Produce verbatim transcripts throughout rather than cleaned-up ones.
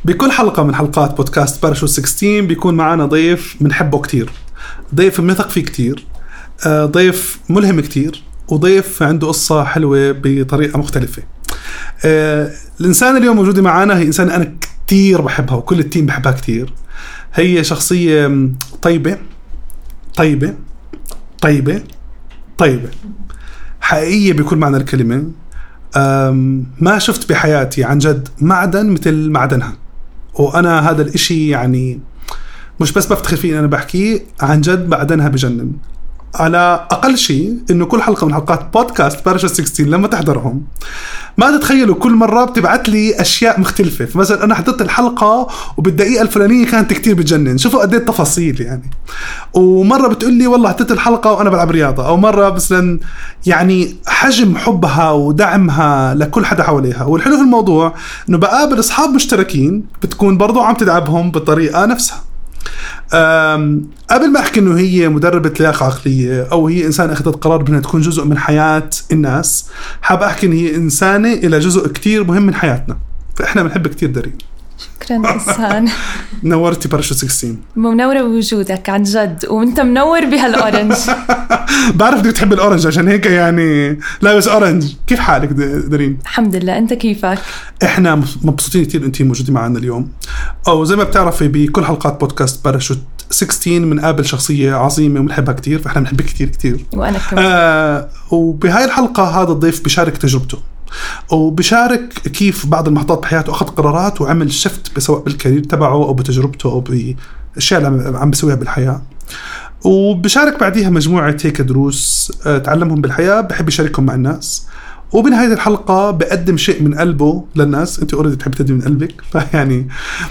بكل حلقة من حلقات بودكاست باراشوت ستة عشر بيكون معنا ضيف منحبه كتير، ضيف بنثق فيه كتير، ضيف ملهم كتير، وضيف عنده قصة حلوة بطريقة مختلفة. الإنسان اليوم موجودة معنا هي إنسان أنا كتير بحبها وكل التيم بحبها كتير. هي شخصية طيبة طيبة طيبة طيبة حقيقية بكل معنى الكلمة. ما شفت بحياتي عن جد معدن مثل معدنها، وأنا هذا الإشي يعني مش بس بفتخر فيه، أنا بحكيه عن جد معدنها بجنن. على أقل شيء إنه كل حلقة من حلقات بودكاست باراشوت ستة عشر لما تحضرهم ما تتخيلوا كل مرة بتبعت لي أشياء مختلفة. فمثلا أنا حضرت الحلقة وبالدقيقة الفلانية كانت كتير بتجنن، شوفوا قد ايه التفاصيل يعني. ومرة بتقول لي والله حضرت الحلقة وأنا بلعب رياضة، أو مرة مثلا يعني حجم حبها ودعمها لكل حدا حواليها. والحلو في الموضوع إنه بقابل أصحاب مشتركين بتكون برضو عم تدعمهم بالطريقة نفسها. قبل ما أحكي إنه هي مدربة لياقة عقلية أو هي إنسان أخذت قرار بأنها تكون جزء من حياة الناس، حاب أحكي إن هي إنسانة إلى جزء كتير مهم من حياتنا، فإحنا بنحب كتير دارين. شكرا إنسان. نورتي باراشوت ستة عشر. منورة بوجودك عن جد، وانت منور بهالأورنج. بعرف انك بتحب الأورنج عشان هيك يعني لابس أورنج. كيف حالك دارين؟ الحمد لله، انت كيفك؟ احنا مبسوطين كتير انتي موجودين معنا اليوم. او زي ما بتعرفي بكل حلقات بودكاست باراشوت ستة عشر بنقابل شخصية عظيمة وبنحبها كتير، فاحنا بنحبك كتير كتير. وانا كمان. آه وبهاي الحلقة هذا الضيف بشارك تجربته، وبشارك كيف بعض المحطات بحياته أخذ قرارات وعمل شفت سواء بالكارير تبعه أو بتجربته أو بالأشياء اللي عم بسويها بالحياة. وبشارك بعديها مجموعة هيك دروس تعلمهم بالحياة بحب يشاركهم مع الناس. وبنهاية الحلقة بقدم شيء من قلبه للناس. أنت أوريدي تحب تدي من قلبك، فيعني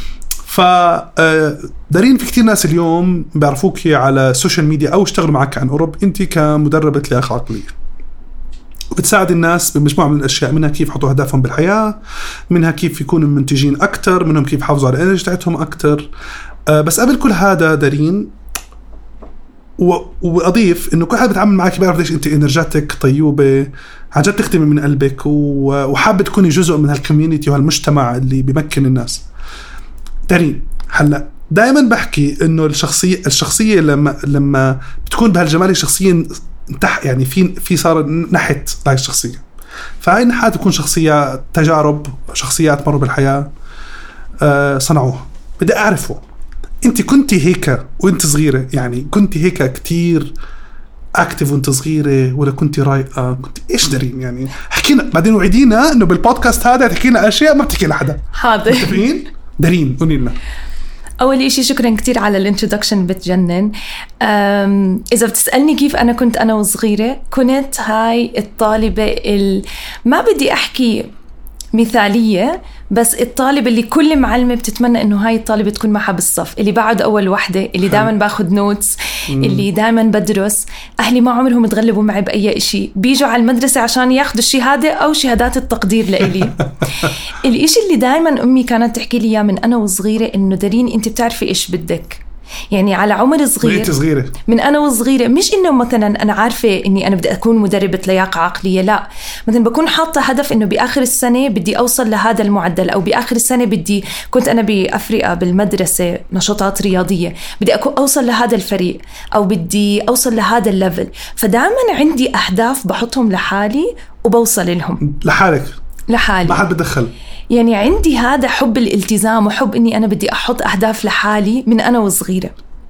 فدارين في كتير ناس اليوم بيعرفوك على السوشيال ميديا أو اشتغلوا معك عن أوروب. أنت كمدربة لياقة عقلية وبتساعد الناس بمجموعة من الأشياء، منها كيف يحطوا أهدافهم بالحياة، منها كيف يكونوا منتجين أكتر، منهم كيف يحافظوا على الإنرجي تاعتهم أكتر. أه بس قبل كل هذا دارين وأضيف إنه كل حد بتعامل معك بيعرف ليش أنت إنرجاتك طيوبة عن جد تختمي من قلبك وحابة تكوني جزء من هالكوميونيتي وهالمجتمع اللي بيمكن الناس. دارين هلا دائما بحكي إنه الشخصية الشخصية لما لما بتكون بهالجمال الشخصية تح يعني في في صار نحت هاي الشخصية. فهاي النحات تكون شخصية تجارب، شخصيات مروا بالحياة أه صنعوها. بدي أعرفه أنت كنتي هيك وأنت صغيرة، يعني كنتي هيك كتير أكتف وأنت صغيرة ولا كنتي رايقة؟ كنت إيش دارين يعني؟ حكينا بعدين وعدينا إنه بالبودكاست هذا تحكينا أشياء ما بتحكي لحدا. حاضر. متفقين؟ دارين قولي لنا. أول إشي شكراً كتير على الانترودكشن بتجنن. إذا بتسألني كيف أنا كنت أنا وصغيرة، كنت هاي الطالبة ال... ما بدي أحكي مثالية، بس الطالب اللي كل معلمة بتتمنى إنه هاي الطالبة تكون معها بالصف، اللي بعد أول وحدة، اللي دائما باخد نوتس، اللي دائما بدرس. أهلي ما عمرهم تغلبوا معي بأي إشي، بيجوا على المدرسة عشان ياخدوا الشهادة أو شهادات التقدير لإلي. الإشي اللي دائما أمي كانت تحكي لي إياه من أنا وصغيرة إنه دارين أنت بتعرفي إيش بدك، يعني على عمر صغير صغيرة. من أنا وصغيرة مش إنه مثلا أنا عارفة إني أنا بدي أكون مدربة لياقة عقلية، لا، مثلا بكون حاطة هدف إنه بآخر السنة بدي أوصل لهذا المعدل، أو بآخر السنة بدي، كنت أنا بأفريقيا بالمدرسة نشاطات رياضية، بدي أوصل لهذا الفريق أو بدي أوصل لهذا الليفل. فدائما عندي أهداف بحطهم لحالي وبوصل لهم لحالك لحالي، ما حد بدخل. يعني عندي هذا حب الالتزام وحب إني أنا بدي أحط أهداف لحالي من أنا وصغيرة.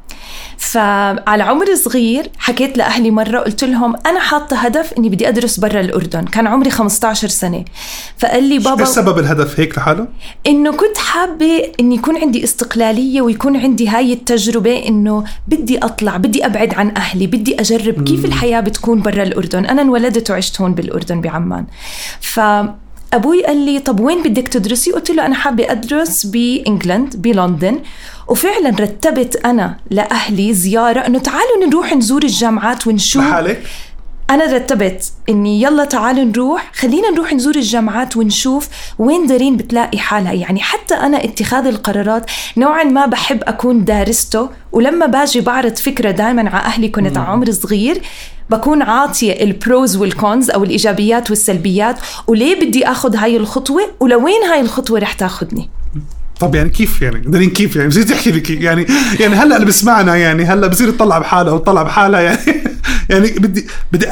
فعلى عمر صغير حكيت لأهلي مرة، قلت لهم أنا حاطة هدف إني بدي أدرس برا الأردن، كان عمري خمسة عشر سنة. فقال لي بابا، إيش سبب الهدف هيك لحاله؟ إنه كنت حابة إني يكون عندي استقلالية ويكون عندي هاي التجربة، إنه بدي أطلع، بدي أبعد عن أهلي، بدي أجرب كيف الحياة بتكون برا الأردن. أنا انولدت وعشت هون بالأردن بعمان. ف أبوي قال لي طب وين بدك تدرسي؟ قلت له أنا حابة أدرس بإنجلند بلندن. وفعلا رتبت أنا لأهلي زيارة إنه تعالوا نروح نزور الجامعات ونشوف. لحالك؟ أنا رتبت إني يلا تعالوا نروح، خلينا نروح نزور الجامعات ونشوف وين دارين بتلاقي حالها. يعني حتى أنا اتخاذ القرارات نوعا ما بحب أكون دارسته، ولما باجي بعرض فكرة دائما على أهلي كنت على عمر صغير بكون عاطية البروز والكونز أو الإيجابيات والسلبيات، وليه بدي أخذ هاي الخطوة ولوين هاي الخطوة رح تاخدني. طب يعني كيف يعني دارين كيف يعني بصير تحكي لك يعني يعني هلا اللي بسمعنا يعني هلا بصير يطلع بحاله ويطلع بحالها يعني يعني بدي بدي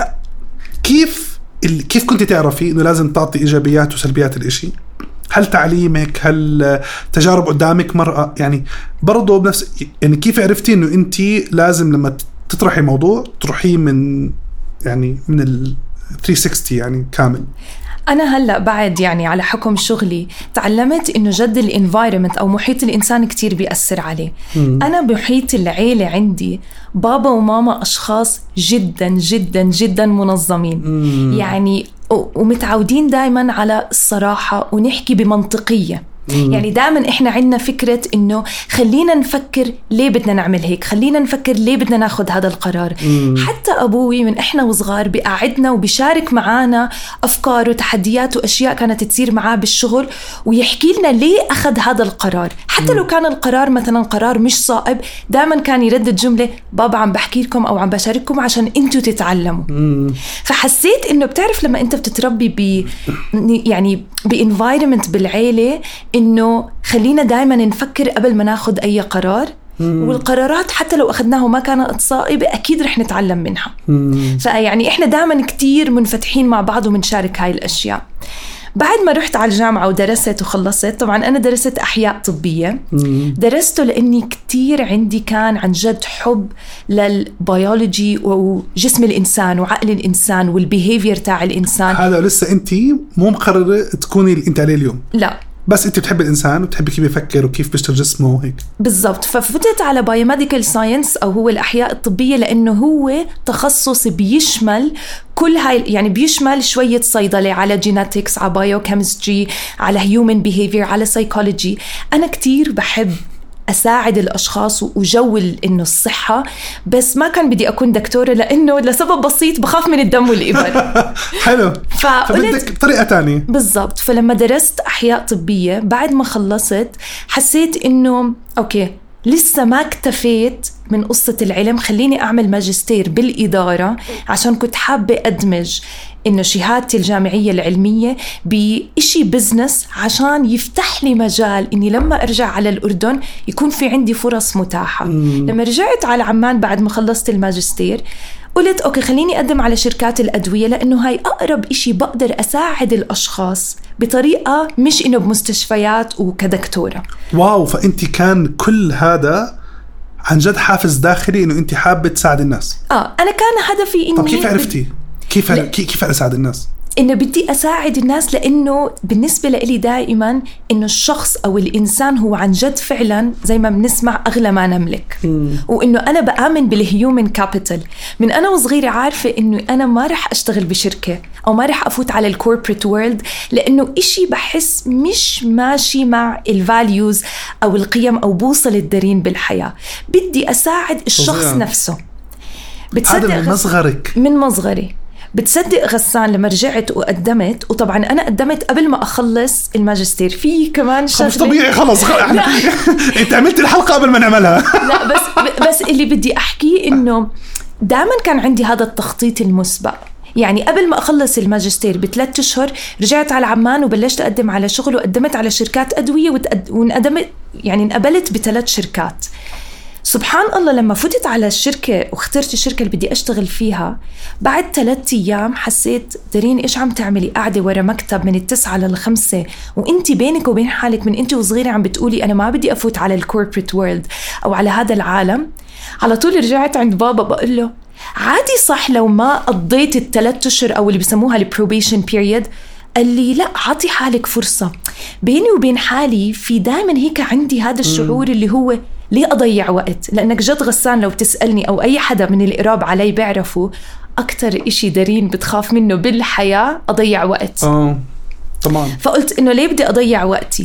كيف ال... كيف كنت تعرفي انه لازم تعطي ايجابيات وسلبيات الاشي؟ هل تعليمك، هل تجارب قدامك مرأة يعني برضو بنفس يعني كيف عرفتي انه انت لازم لما تطرحي موضوع تروحيه من يعني من ال ثلاثمية وستين يعني كامل؟ أنا هلأ بعد يعني على حكم شغلي تعلمت إنه جد الانفايرمنت أو محيط الإنسان كتير بيأثر عليه. مم. أنا بمحيط العيلة عندي بابا وماما أشخاص جدا جدا جدا منظمين. مم. يعني ومتعودين دايما على الصراحة ونحكي بمنطقية. مم. يعني دائما إحنا عندنا فكرة إنه خلينا نفكر ليه بدنا نعمل هيك، خلينا نفكر ليه بدنا ناخد هذا القرار. مم. حتى أبوي من إحنا وصغار بقعدنا وبيشارك معانا أفكار وتحديات وأشياء كانت تصير معاه بالشغل ويحكي لنا ليه أخذ هذا القرار. حتى مم. لو كان القرار مثلا قرار مش صائب دائما كان يردد جملة بابا عم بحكي لكم أو عم بشارككم عشان أنتوا تتعلموا. مم. فحسيت إنه بتعرف لما أنت بتتربي ب يعني بإنفايرمنت بالعيلة إنه خلينا دائما نفكر قبل ما ناخد أي قرار. مم. والقرارات حتى لو أخذناها وما كانت صائبة أكيد رح نتعلم منها. مم. فيعني إحنا دائما كتير منفتحين مع بعض ومنشارك هاي الأشياء. بعد ما رحت على الجامعة ودرست وخلصت، طبعا أنا درست أحياء طبية. مم. درسته لأني كتير عندي كان عن جد حب للبيولوجي وجسم الإنسان وعقل الإنسان والبيهيفير تاع الإنسان. هذا لسه أنت مو مقررة تكوني اللي أنت عليه اليوم؟ لا، بس أنت بتحب الإنسان وبتحبي كيف يفكر وكيف بيشتغل جسمه وهيك. بالضبط. ففتت على بايوميديكال ساينس أو هو الأحياء الطبية لأنه هو تخصص بيشمل كل هاي، يعني بيشمل شوية صيدلة على جيناتكس على بايوكيمستري على هيومن بيهيفير على سايكولوجي. أنا كتير بحب أساعد الأشخاص وجو إنه الصحة، بس ما كان بدي أكون دكتورة لأنه لسبب بسيط بخاف من الدم والإبر. حلو. فبدك طريقة تانية. بالضبط. فلما درست أحياء طبية بعد ما خلصت حسيت إنه أوكي لسه ما اكتفيت من قصة العلم، خليني أعمل ماجستير بالإدارة عشان كنت حابة أدمج إنه شهادتي الجامعية العلمية بإشي بزنس عشان يفتح لي مجال إني لما أرجع على الأردن يكون في عندي فرص متاحة. مم. لما رجعت على عمان بعد ما خلصت الماجستير قلت أوكي خليني أقدم على شركات الأدوية لأنه هاي أقرب إشي بقدر أساعد الأشخاص بطريقة مش إنه بمستشفيات وكدكتورة. واو. فأنت كان كل هذا عن جد حافز داخلي إنه أنت حابة تساعد الناس؟ آه أنا كان هدفي إني. طب كيف عرفتي؟ كيف ل... كيف أساعد الناس؟ إنه بدي أساعد الناس لأنه بالنسبة لي دائما إنه الشخص أو الإنسان هو عن جد فعلا زي ما بنسمع أغلى ما نملك. مم. وإنه أنا بآمن بالهيومن كابيتال. من أنا وصغيرة عارفة إنه أنا ما رح أشتغل بشركة أو ما رح أفوت على الكوربريت وورلد لأنه إشي بحس مش ماشي مع الفاليوز أو القيم أو بوصل الدارين بالحياة. بدي أساعد الشخص فظيع. نفسه. بتصدق من مصغرك؟ من مصغري. بتصدق غسان لما رجعت وقدمت، وطبعا أنا قدمت قبل ما أخلص الماجستير في كمان شغلة مش طبيعي. خلص خلص أنت عملت الحلقة قبل ما نعملها. لا بس بس اللي بدي أحكيه إنه دائما كان عندي هذا التخطيط المسبق. يعني قبل ما أخلص الماجستير بثلاث أشهر رجعت على عمان وبلشت أقدم على شغل وقدمت على شركات أدوية وتقد... وانقدمت يعني انقبلت بثلاث شركات. سبحان الله لما فتت على الشركة واخترت الشركة اللي بدي أشتغل فيها بعد ثلاثة أيام حسيت دارين إيش عم تعملي قاعدة ورا مكتب من التسعة للخمسة وإنتي بينك وبين حالك من إنتي وصغيرة عم بتقولي أنا ما بدي أفوت على الكوربريت وورلد أو على هذا العالم. على طول رجعت عند بابا بقول له عادي صح لو ما قضيت الثلاث أشهر أو اللي بسموها البروبيشن بيريد. قال لي لا عطي حالك فرصة. بيني وبين حالي في دائما هيك عندي هذا الشعور اللي هو ليه أضيع وقت. لأنك جد غسان لو تسألني أو أي حدا من القراب علي بيعرفوا أكتر إشي دارين بتخاف منه بالحياة أضيع وقت. آه طبعا. فقلت إنه ليه بدي أضيع وقتي.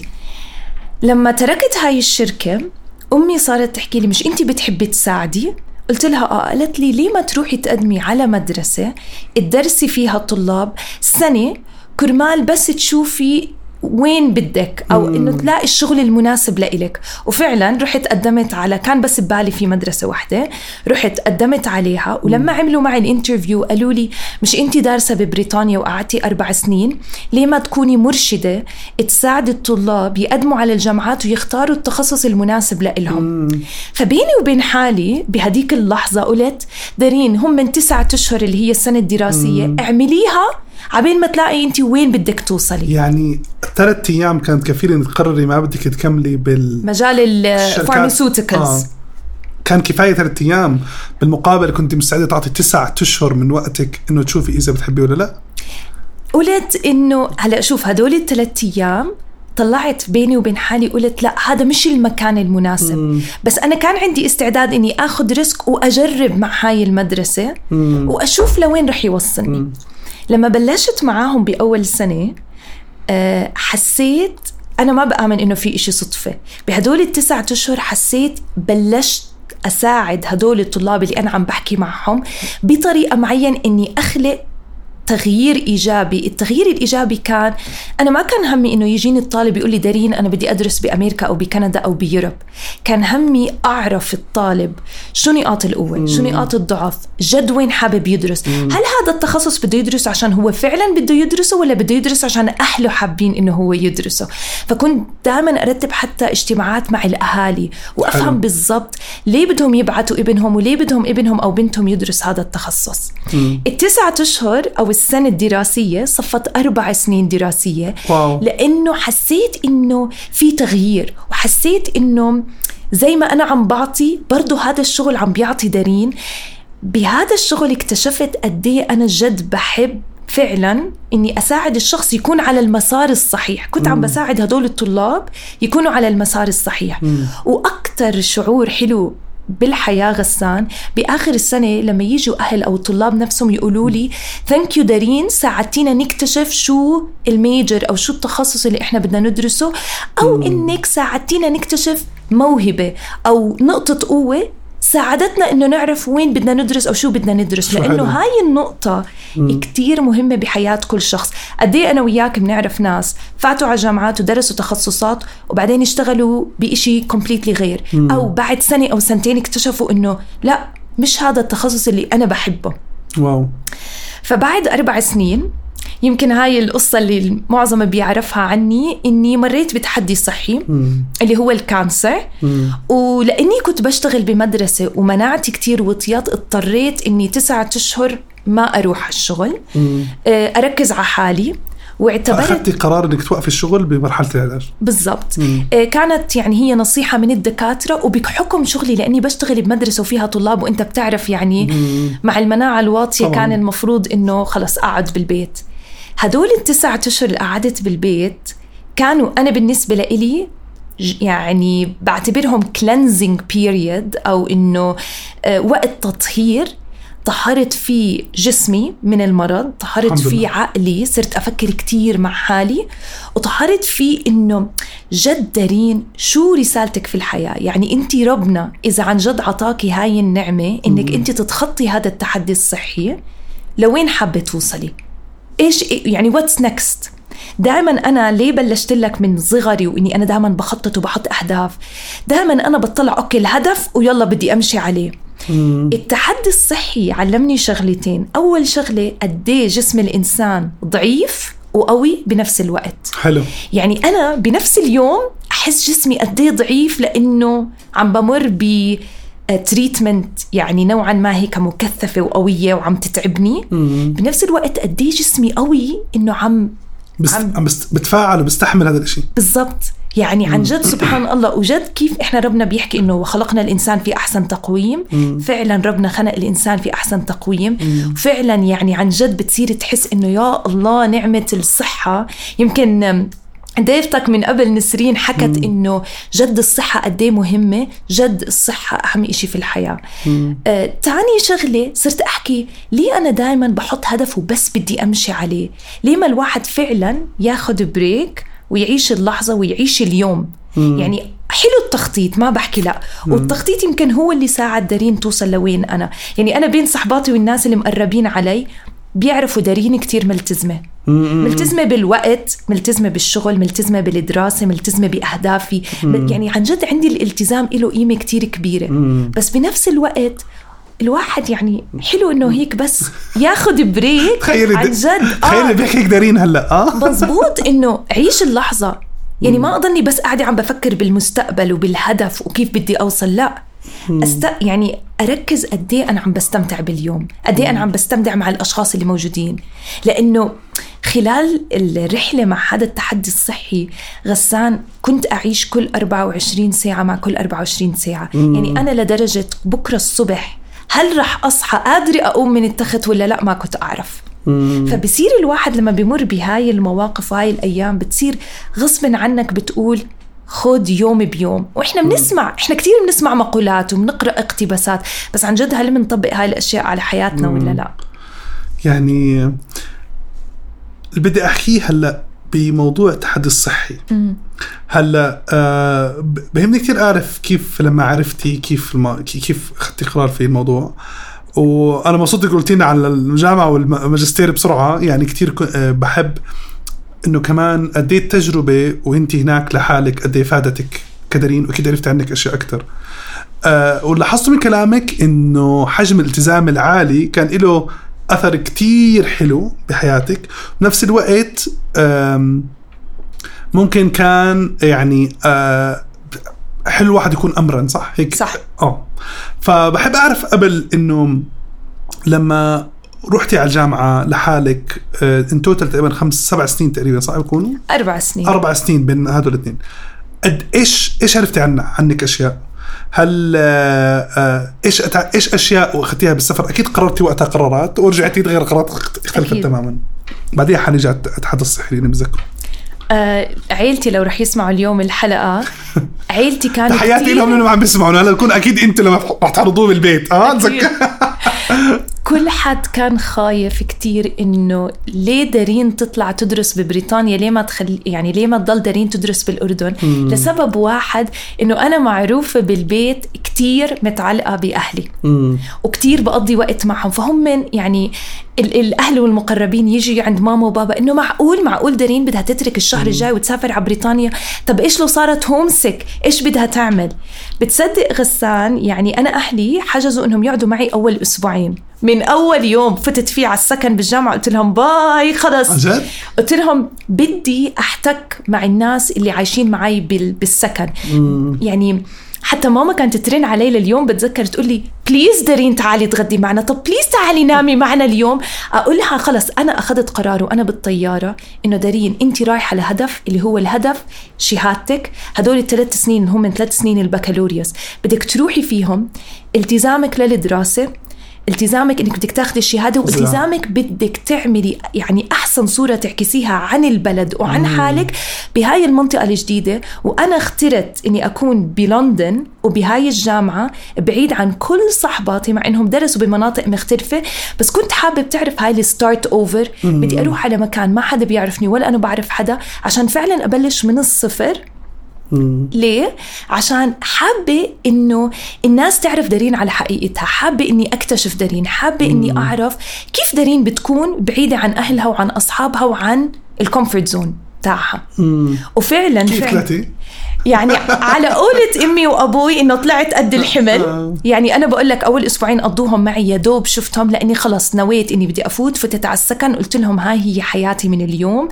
لما تركت هاي الشركة أمي صارت تحكي لي مش أنتي بتحبي تساعدي؟ قلت لها آه. قالت لي ليه ما تروحي تقدمي على مدرسة تدرسي فيها الطلاب سنة كرمال بس تشوفي وين بدك أو إنه تلاقي الشغل المناسب لإلك. وفعلا رحت قدمت على، كان بس ببالي في مدرسة واحدة، رحت قدمت عليها. ولما عملوا معي الانترفيو قالوا لي مش أنت دارسة ببريطانيا وقعدتي أربع سنين، ليه ما تكوني مرشدة تساعد الطلاب يقدموا على الجامعات ويختاروا التخصص المناسب لإلهم. فبيني وبين حالي بهديك اللحظة قلت دارين هم من تسعة أشهر اللي هي السنة الدراسية مم. اعمليها عبين ما تلاقي انت وين بدك توصلي. يعني ثلاث ايام كانت كفيله انك تقرري ما بدك تكملي بالمجال الفارماسيوتيكالز. آه. كان كفايه ثلاث ايام، بالمقابل كنت مستعده تعطي تسعة اشهر من وقتك انه تشوفي اذا بتحبي ولا لا. قلت انه هلا شوف هدول الثلاث ايام طلعت بيني وبين حالي قلت لا هذا مش المكان المناسب. مم. بس أنا كان عندي استعداد إني أخذ ريسك وأجرب مع هاي المدرسة مم. وأشوف لوين رح يوصلني. مم. لما بلشت معاهم بأول سنة أه حسيت أنا ما بآمن إنه في إشي صدفة. بهدول التسعة أشهر حسيت بلشت أساعد هدول الطلاب اللي أنا عم بحكي معهم بطريقة معين إني أخلق تغيير إيجابي. التغيير الإيجابي كان أنا ما كان همي إنه يجيني الطالب يقول لي دارين أنا بدي أدرس بأمريكا أو بكندا أو بيوروب. كان همي أعرف الطالب شو نقاط القوة، شو نقاط الضعف، جد وين حابب يدرس. مم. هل هذا التخصص بده يدرس عشان هو فعلا بده يدرسه ولا بده يدرس عشان أهله حابين إنه هو يدرسه. فكنت دائما أرتب حتى اجتماعات مع الأهالي وأفهم حلو. بالضبط ليه بدهم يبعتوا ابنهم وليه بدهم ابنهم أو بنتهم يدرس هذا التخصص. مم. التسعة أشهر أو السنة الدراسية صفت أربع سنين دراسية. واو. لأنه حسيت إنه في تغيير وحسيت إنه زي ما أنا عم بعطي برضو هذا الشغل عم بيعطي دارين. بهذا الشغل اكتشفت قديه أنا جد بحب فعلا إني أساعد الشخص يكون على المسار الصحيح. كنت عم بساعد هدول الطلاب يكونوا على المسار الصحيح. مم. وأكتر شعور حلو بالحياة غسان بآخر السنة لما يجوا أهل أو الطلاب نفسهم يقولوا لي ثانك يو دارين ساعدتينا نكتشف شو الميجر أو شو التخصص اللي إحنا بدنا ندرسه، أو إنك ساعدتينا نكتشف موهبة أو نقطة قوة ساعدتنا إنه نعرف وين بدنا ندرس أو شو بدنا ندرس. لأنه هاي النقطة مم. كتير مهمة بحياة كل شخص. قديه أنا وياك بنعرف ناس فاتوا على جامعات ودرسوا تخصصات وبعدين اشتغلوا بإشي كومبليتلي غير. مم. أو بعد سنة أو سنتين اكتشفوا إنه لا مش هذا التخصص اللي أنا بحبه. واو. فبعد أربع سنين يمكن هاي القصة اللي معظم بيعرفها عني إني مريت بتحدي صحي مم. اللي هو الكانسر. مم. ولأني كنت بشتغل بمدرسة ومناعتي كتير وطيات اضطريت إني تسعة أشهر ما أروح الشغل. مم. أركز على حالي واعتبرت أخذتي قرار إنك توقف الشغل بمرحلة العلاج. بالضبط. مم. كانت يعني هي نصيحة من الدكاترة وبحكم شغلي لأني بشتغل بمدرسة وفيها طلاب وإنت بتعرف يعني مم. مع المناعة الواطية طبعا. كان المفروض إنه خلص أقعد بالبيت. هدول التسعة أشهر اللي قعدت بالبيت كانوا أنا بالنسبة لإلي يعني بعتبرهم cleansing period أو إنه وقت تطهير. طهرت فيه جسمي من المرض، طهرت فيه عقلي، صرت أفكر كتير مع حالي، وطهرت فيه إنه جد دارين شو رسالتك في الحياة. يعني أنتي ربنا إذا عن جد عطاكي هاي النعمة إنك أنتي تتخطي هذا التحدي الصحي لوين حابة توصلي؟ إيش يعني what's next؟ دائما أنا ليه بلشت لك من صغري وإني أنا دائما بخطط وبحط أهداف. دائما أنا بطلع أوكي الهدف ويلا بدي أمشي عليه. مم. التحدي الصحي علمني شغلتين. أول شغلة قديه جسم الإنسان ضعيف وقوي بنفس الوقت. حلو. يعني أنا بنفس اليوم أحس جسمي قديه ضعيف لأنه عم بمر ب تريتمنت يعني نوعا ما هيك مكثفة وقوية وعم تتعبني. مم. بنفس الوقت قديه جسمي قوي إنه عم بست... عم بتفاعل وبستحمل هذا الشيء. بالضبط. يعني عن جد سبحان الله وجد كيف إحنا ربنا بيحكي إنه وخلقنا الإنسان في أحسن تقويم. مم. فعلا ربنا خلق الإنسان في أحسن تقويم. مم. فعلا يعني عن جد بتصير تحس إنه يا الله نعمة الصحة. يمكن ضيفتك من قبل نسرين حكت مم. إنه جد الصحة قديه مهمة. جد الصحة أهم إشي في الحياة. آه، تاني شغلة صرت أحكي ليه أنا دايما بحط هدف وبس بدي أمشي عليه. ليه ما الواحد فعلا ياخد بريك ويعيش اللحظة ويعيش اليوم. مم. يعني حلو التخطيط ما بحكي لا. مم. والتخطيط يمكن هو اللي ساعد دارين توصل لوين أنا. يعني أنا بين صحباتي والناس اللي مقربين علي بيعرفوا دارين كتير ملتزمة ملتزمة بالوقت، ملتزمة بالشغل، ملتزمة بالدراسة، ملتزمة بأهدافي. يعني عن جد عندي الالتزام له قيمة كتير كبيرة. بس بنفس الوقت الواحد يعني حلو انه هيك بس ياخد بريك عن جد. تخيلي آه. بيك هيك دارين هلا اه مزبوط انه عيش اللحظة. يعني ما اضلني بس قاعدة عم بفكر بالمستقبل وبالهدف وكيف بدي اوصل، لا أست... يعني أركز قديه أنا عم بستمتع باليوم، قديه أنا عم بستمتع مع الأشخاص اللي موجودين. لأنه خلال الرحلة مع هذا التحدي الصحي غسان كنت أعيش كل أربعة وعشرين ساعة مع كل أربعة وعشرين ساعة. يعني أنا لدرجة بكرة الصبح هل رح أصحى قادرة أقوم من التخت ولا لا ما كنت أعرف. فبصير الواحد لما بيمر بهاي المواقف وهاي الأيام بتصير غصبا عنك بتقول خد يوم بيوم. وإحنا بنسمع إحنا كتير بنسمع مقولات وبنقرأ اقتباسات، بس عن جد هل بنطبق هاي الأشياء على حياتنا ولا لا؟ يعني اللي بدي أحكيه هلأ بموضوع التحدي الصحي. هلأ أه بهمني كتير أعرف كيف لما عرفتي كيف الم... كيف أخذتي قرار في الموضوع. وأنا مبسوط قلتينا على الجامعة والماجستير بسرعة. يعني كتير بحب إنه كمان قديه التجربة وإنتي هناك لحالك قديه فادتك كدارين، وكده عرفت عنك أشياء أكتر. أه ولاحظت من كلامك إنه حجم الالتزام العالي كان له أثر كتير حلو بحياتك. بنفس الوقت ممكن كان يعني أه حلو واحد يكون أمرا صح هيك صح. آه فبحب أعرف قبل إنه لما رحتي على الجامعة لحالك ان توتال تقريبا خمس سبع سنين تقريبا صح يكونوا أربع سنين أربع سنين بين هذول الاثنين. قد إيش إيش عرفتي عن عنك أشياء؟ هل إيش إيش أشياء وأخذتيها بالسفر؟ أكيد قررتي وقتها قرارات ورجعتي تغير قرارات اختلفت تماما. بعدين حنيجي على التحدي الصحي اللي بذكره. آه عيلتي لو رح يسمعوا اليوم الحلقة عيلتي كانت تحياتي لهم لأنهم عم بيسمعونا. هلا نكون أكيد أنت لما رح تعرضوه بالبيت آه تذكر كل حد كان خايف كتير إنه ليه دارين تطلع تدرس ببريطانيا، ليه ما تخلي يعني ليه ما تضل دارين تدرس بالأردن. مم. لسبب واحد إنه أنا معروفة بالبيت كتير متعلقة بأهلي. مم. وكتير بقضي وقت معهم، فهم من يعني الأهل والمقربين يجي عند ماما وبابا إنه معقول معقول دارين بدها تترك الشهر الجاي وتسافر على بريطانيا. طب إيش لو صارت هومسك إيش بدها تعمل؟ بتصدق غسان يعني أنا أهلي حجزوا إنهم يقعدوا معي أول أسبوعين. من أول يوم فتت فيه على السكن بالجامعة قلت لهم باي خلص. قلت لهم بدي أحتك مع الناس اللي عايشين معي بالسكن. مم. يعني حتى ماما كانت ترن علي لليوم بتذكر تقول لي بليز دارين تعالي تغدي معنا، طب بليز تعالي نامي معنا اليوم. أقول لها خلص أنا أخذت قرار وأنا بالطيارة إنه دارين أنت رايحة لهدف اللي هو الهدف شهادتك. هدول الثلاث سنين هم من ثلاث سنين البكالوريوس بدك تروحي فيهم التزامك للدراسة، التزامك انك بدك تاخذي الشهاده، والتزامك بدك تعملي يعني احسن صوره تعكسيها عن البلد وعن مم. حالك بهاي المنطقه الجديده. وانا اخترت اني اكون بلندن وبهاي الجامعه بعيد عن كل صحباتي مع انهم درسوا بمناطق مختلفه، بس كنت حابه بتعرف هاي الستارت اوفر. بدي اروح على مكان ما حدا بيعرفني ولا انا بعرف حدا عشان فعلا ابلش من الصفر. مم. ليه؟ عشان حابة إنه الناس تعرف دارين على حقيقتها، حابة إني أكتشف دارين، حابة إني مم. أعرف كيف دارين بتكون بعيدة عن أهلها وعن أصحابها وعن الكومفورت زون تاعها. وفعلا كيف فعلا يعني على قولة أمي وأبوي إنه طلعت قد الحمل. يعني أنا بقول لك أول أسبوعين قضوهم معي يا دوب شفتهم لأني خلص نويت إني بدي أفوت. فتت على السكن قلت لهم هاي هي حياتي من اليوم.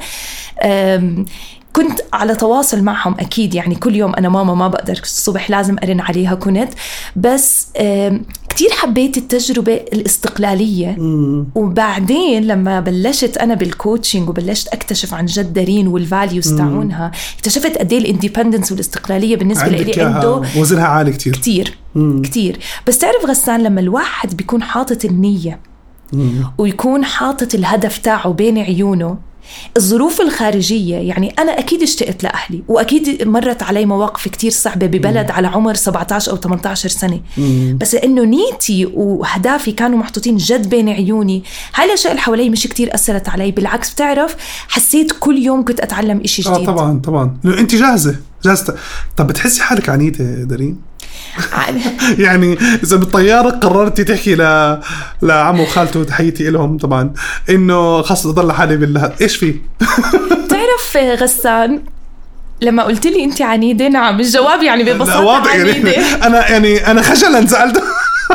كنت على تواصل معهم أكيد، يعني كل يوم أنا ماما ما بقدر الصبح لازم أرن عليها كنت، بس كتير حبيت التجربة الاستقلالية. مم. وبعدين لما بلشت أنا بالكوتشنج وبلشت أكتشف عن جد دارين والفاليوز تاعونها، اكتشفت قديه الانديبندنس والاستقلالية بالنسبة لي عنده وزنها عالي كتير كتير مم. كتير. بس تعرف غسان لما الواحد بيكون حاطط النية مم. ويكون حاطط الهدف تاعه بين عيونه، الظروف الخارجية يعني أنا أكيد اشتقت لأهلي وأكيد مرت علي مواقف كتير صعبة ببلد مم. على عمر سبعة عشر أو ثمانية عشر سنة. مم. بس إنه نيتي وهدافي كانوا محطوطين جد بين عيوني. هاي الأشياء اللي حوالي مش كتير أثرت علي، بالعكس بتعرف حسيت كل يوم كنت أتعلم إشي جديد. آه طبعا طبعا أنت جاهزة جاهزة. طب بتحسي حالك عنيدة دارين؟ يعني إذا بالطيارة قررتي تحكي ل لعمو وخالته تحيتي لهم طبعا إنه خاصة أضل حالي بالله إيش فيه. تعرف غسان لما قلت لي أنت عنيدة؟ نعم الجواب يعني ببساطة عنيدة. يعني أنا يعني أنا خجلا زعلت.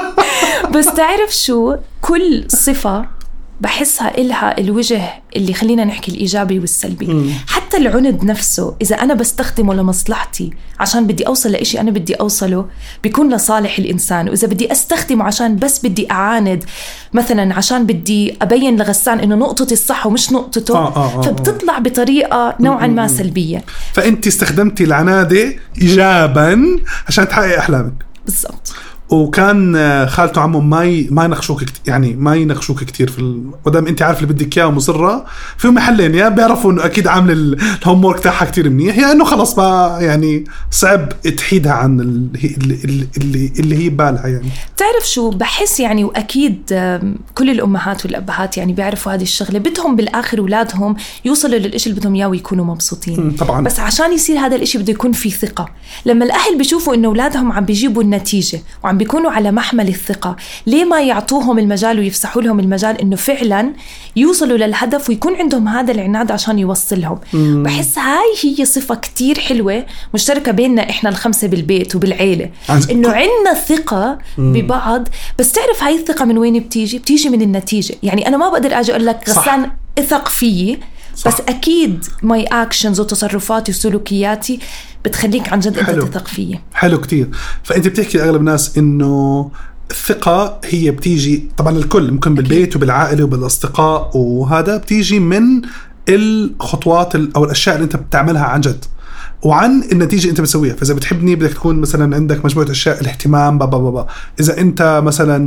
بس تعرف شو، كل صفة بحسها إلها الوجه اللي خلينا نحكي الإيجابي والسلبي. م. حتى العند نفسه إذا أنا بستخدمه لمصلحتي عشان بدي أوصل لإشي أنا بدي أوصله بيكون لصالح الإنسان، وإذا بدي أستخدمه عشان بس بدي أعاند مثلا عشان بدي أبين لغسان إنه نقطتي الصح ومش نقطته، آه آه آه فبتطلع بطريقة نوعا ما سلبية. فأنت استخدمتي العنادة إيجابا عشان تحقق أحلامك. بالضبط. وكان خالته عمو ما ي... ما ينخشوك كت... يعني ما ينخشوك كتير في ال... ودام انت عارف اللي بدك اياه ومصره في محلين، يا بيعرفوا انه اكيد عامل الهوم وورك تاعها كتير منيح، يا انه خلص ما يعني صعب تحيدها عن اللي اللي اللي, اللي هي بالها. يعني تعرف شو بحس يعني، واكيد كل الامهات والابهات يعني بيعرفوا هذه الشغله، بدهم بالاخر اولادهم يوصلوا للإشي اللي بدهم اياه ويكونوا مبسوطين. طبعا. بس عشان يصير هذا الإشي بده يكون في ثقه. لما الاهل بيشوفوا انه اولادهم عم بيجيبوا النتيجه وعم بيكونوا على محمل الثقة، ليه ما يعطوهم المجال ويفسحوا لهم المجال إنه فعلا يوصلوا للهدف ويكون عندهم هذا العناد عشان يوصلهم. مم. بحس هاي هي صفة كتير حلوة مشتركة بيننا إحنا الخمسة بالبيت وبالعيلة، إنه عندنا ثقة ببعض. بس تعرف هاي الثقة من وين بتيجي؟ بتيجي من النتيجة. يعني أنا ما بقدر أجي أقول لك غسان اثق فيي، بس أكيد ماي أكشنز وتصرفاتي وسلوكياتي بتخليك عن جد أنت تثق فيه. حلو كتير. فأنت بتحكي لأغلب الناس إنه الثقة هي بتيجي طبعا الكل ممكن بالبيت وبالعائلة وبالأصدقاء، وهذا بتيجي من الخطوات أو الأشياء اللي أنت بتعملها عن جد وعن النتيجة أنت بتسويها. فإذا بتحبني بدك تكون مثلا عندك مجموعة أشياء، الاهتمام بابا بابا. إذا أنت مثلا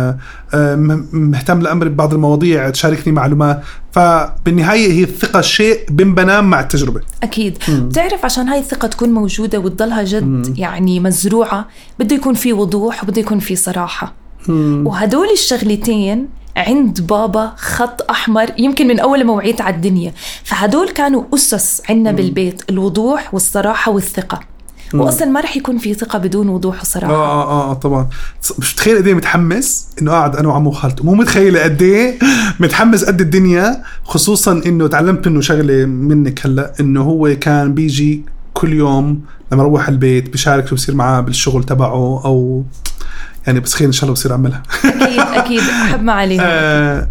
مهتم لأمر ببعض المواضيع تشاركني معلومات. فبالنهاية هي الثقة شيء بنبنى مع التجربة. أكيد. م. بتعرف عشان هاي الثقة تكون موجودة وتضلها جد م. يعني مزروعة، بده يكون في وضوح وبده يكون في صراحة. م. وهدول الشغلتين عند بابا خط أحمر يمكن من أول ما وعيت على الدنيا. فهدول كانوا أسس عنا بالبيت، الوضوح والصراحة والثقة. وأصلا ما رح يكون في ثقة بدون وضوح وصراحة. آه آه آه طبعا. مش متخيل قد ايه متحمس إنه قاعد أنا وعمو خالته، مو متخيل قد ايه متحمس قد الدنيا، خصوصا إنه تعلمت إنه شغلة منك هلا، إنه هو كان بيجي كل يوم لما روح البيت بشارك وبصير معاه بالشغل تبعه، أو يعني بس خير إن شاء الله بصير أعملها. أكيد أكيد أحب ما عليها. آه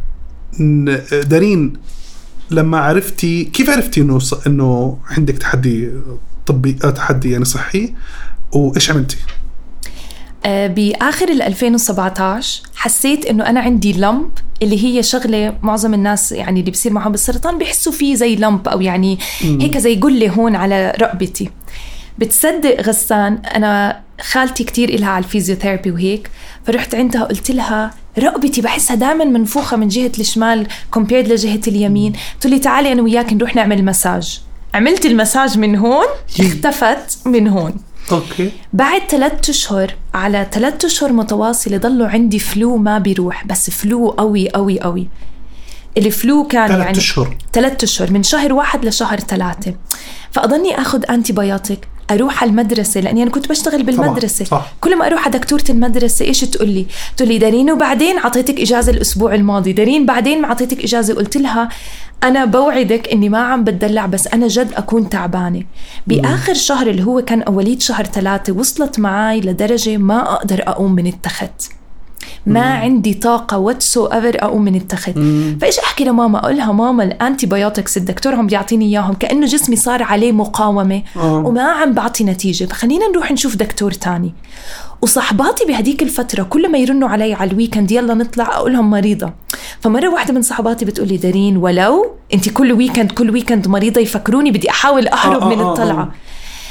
دارين، لما عرفتي كيف عرفتي إنه إنه عندك تحدي طبي، تحدي يعني صحي، وإيش عملتي؟ آه بآخر ألفين وسبعة عشر حسيت إنه أنا عندي لمب، اللي هي شغلة معظم الناس يعني اللي بيصير معهم بالسرطان بيحسوا فيه زي لمب، أو يعني م. هيك زي قلة هون على رقبتي. بتصدق غسان أنا خالتي كتير إلها على الفيزيوثيرابي وهيك، فرحت عندها قلت لها رقبتي بحسها دائما منفوخة من جهة الشمال كومبيرد لجهة اليمين. تقولي تعالي أنا وياك نروح نعمل مساج. عملت المساج من هون، اختفت من هون. أوكي. بعد ثلاثة أشهر، على ثلاثة أشهر متواصلة ضلوا عندي فلو ما بيروح، بس فلو قوي قوي قوي. الفلو كان تلت يعني أشهر. ثلاثة أشهر من شهر واحد لشهر ثلاثة. فأضلني أخذ أنتي بايوتيك، أروح على المدرسة لأني أنا كنت بشتغل بالمدرسة. صح. كل ما أروح على دكتورة المدرسة إيش تقولي؟ تقولي دارين وبعدين عطيتك إجازة الأسبوع الماضي، دارين بعدين ما عطيتك إجازة. قلت لها أنا بوعدك إني ما عم بتدلع، بس أنا جد أكون تعبانة. بآخر شهر اللي هو كان أوليد شهر ثلاثة وصلت معاي لدرجة ما أقدر أقوم من التخت، ما مم. عندي طاقة whatsoever أقوم من التخت. مم. فإيش أحكي لماما؟ أقولها ماما الأنتي بايوتكس الدكتور هم بيعطيني إياهم، كأنه جسمي صار عليه مقاومة أوه. وما عم بعطي نتيجة، فخلينا نروح نشوف دكتور تاني. وصحباتي بهديك الفترة كل ما يرنوا علي على الويكند يلا نطلع، أقولهم مريضة. فمرة واحدة من صحباتي بتقولي دارين ولو أنت كل ويكند كل ويكند مريضة يفكروني بدي أحاول أهرب آه من آه الطلعة. آه.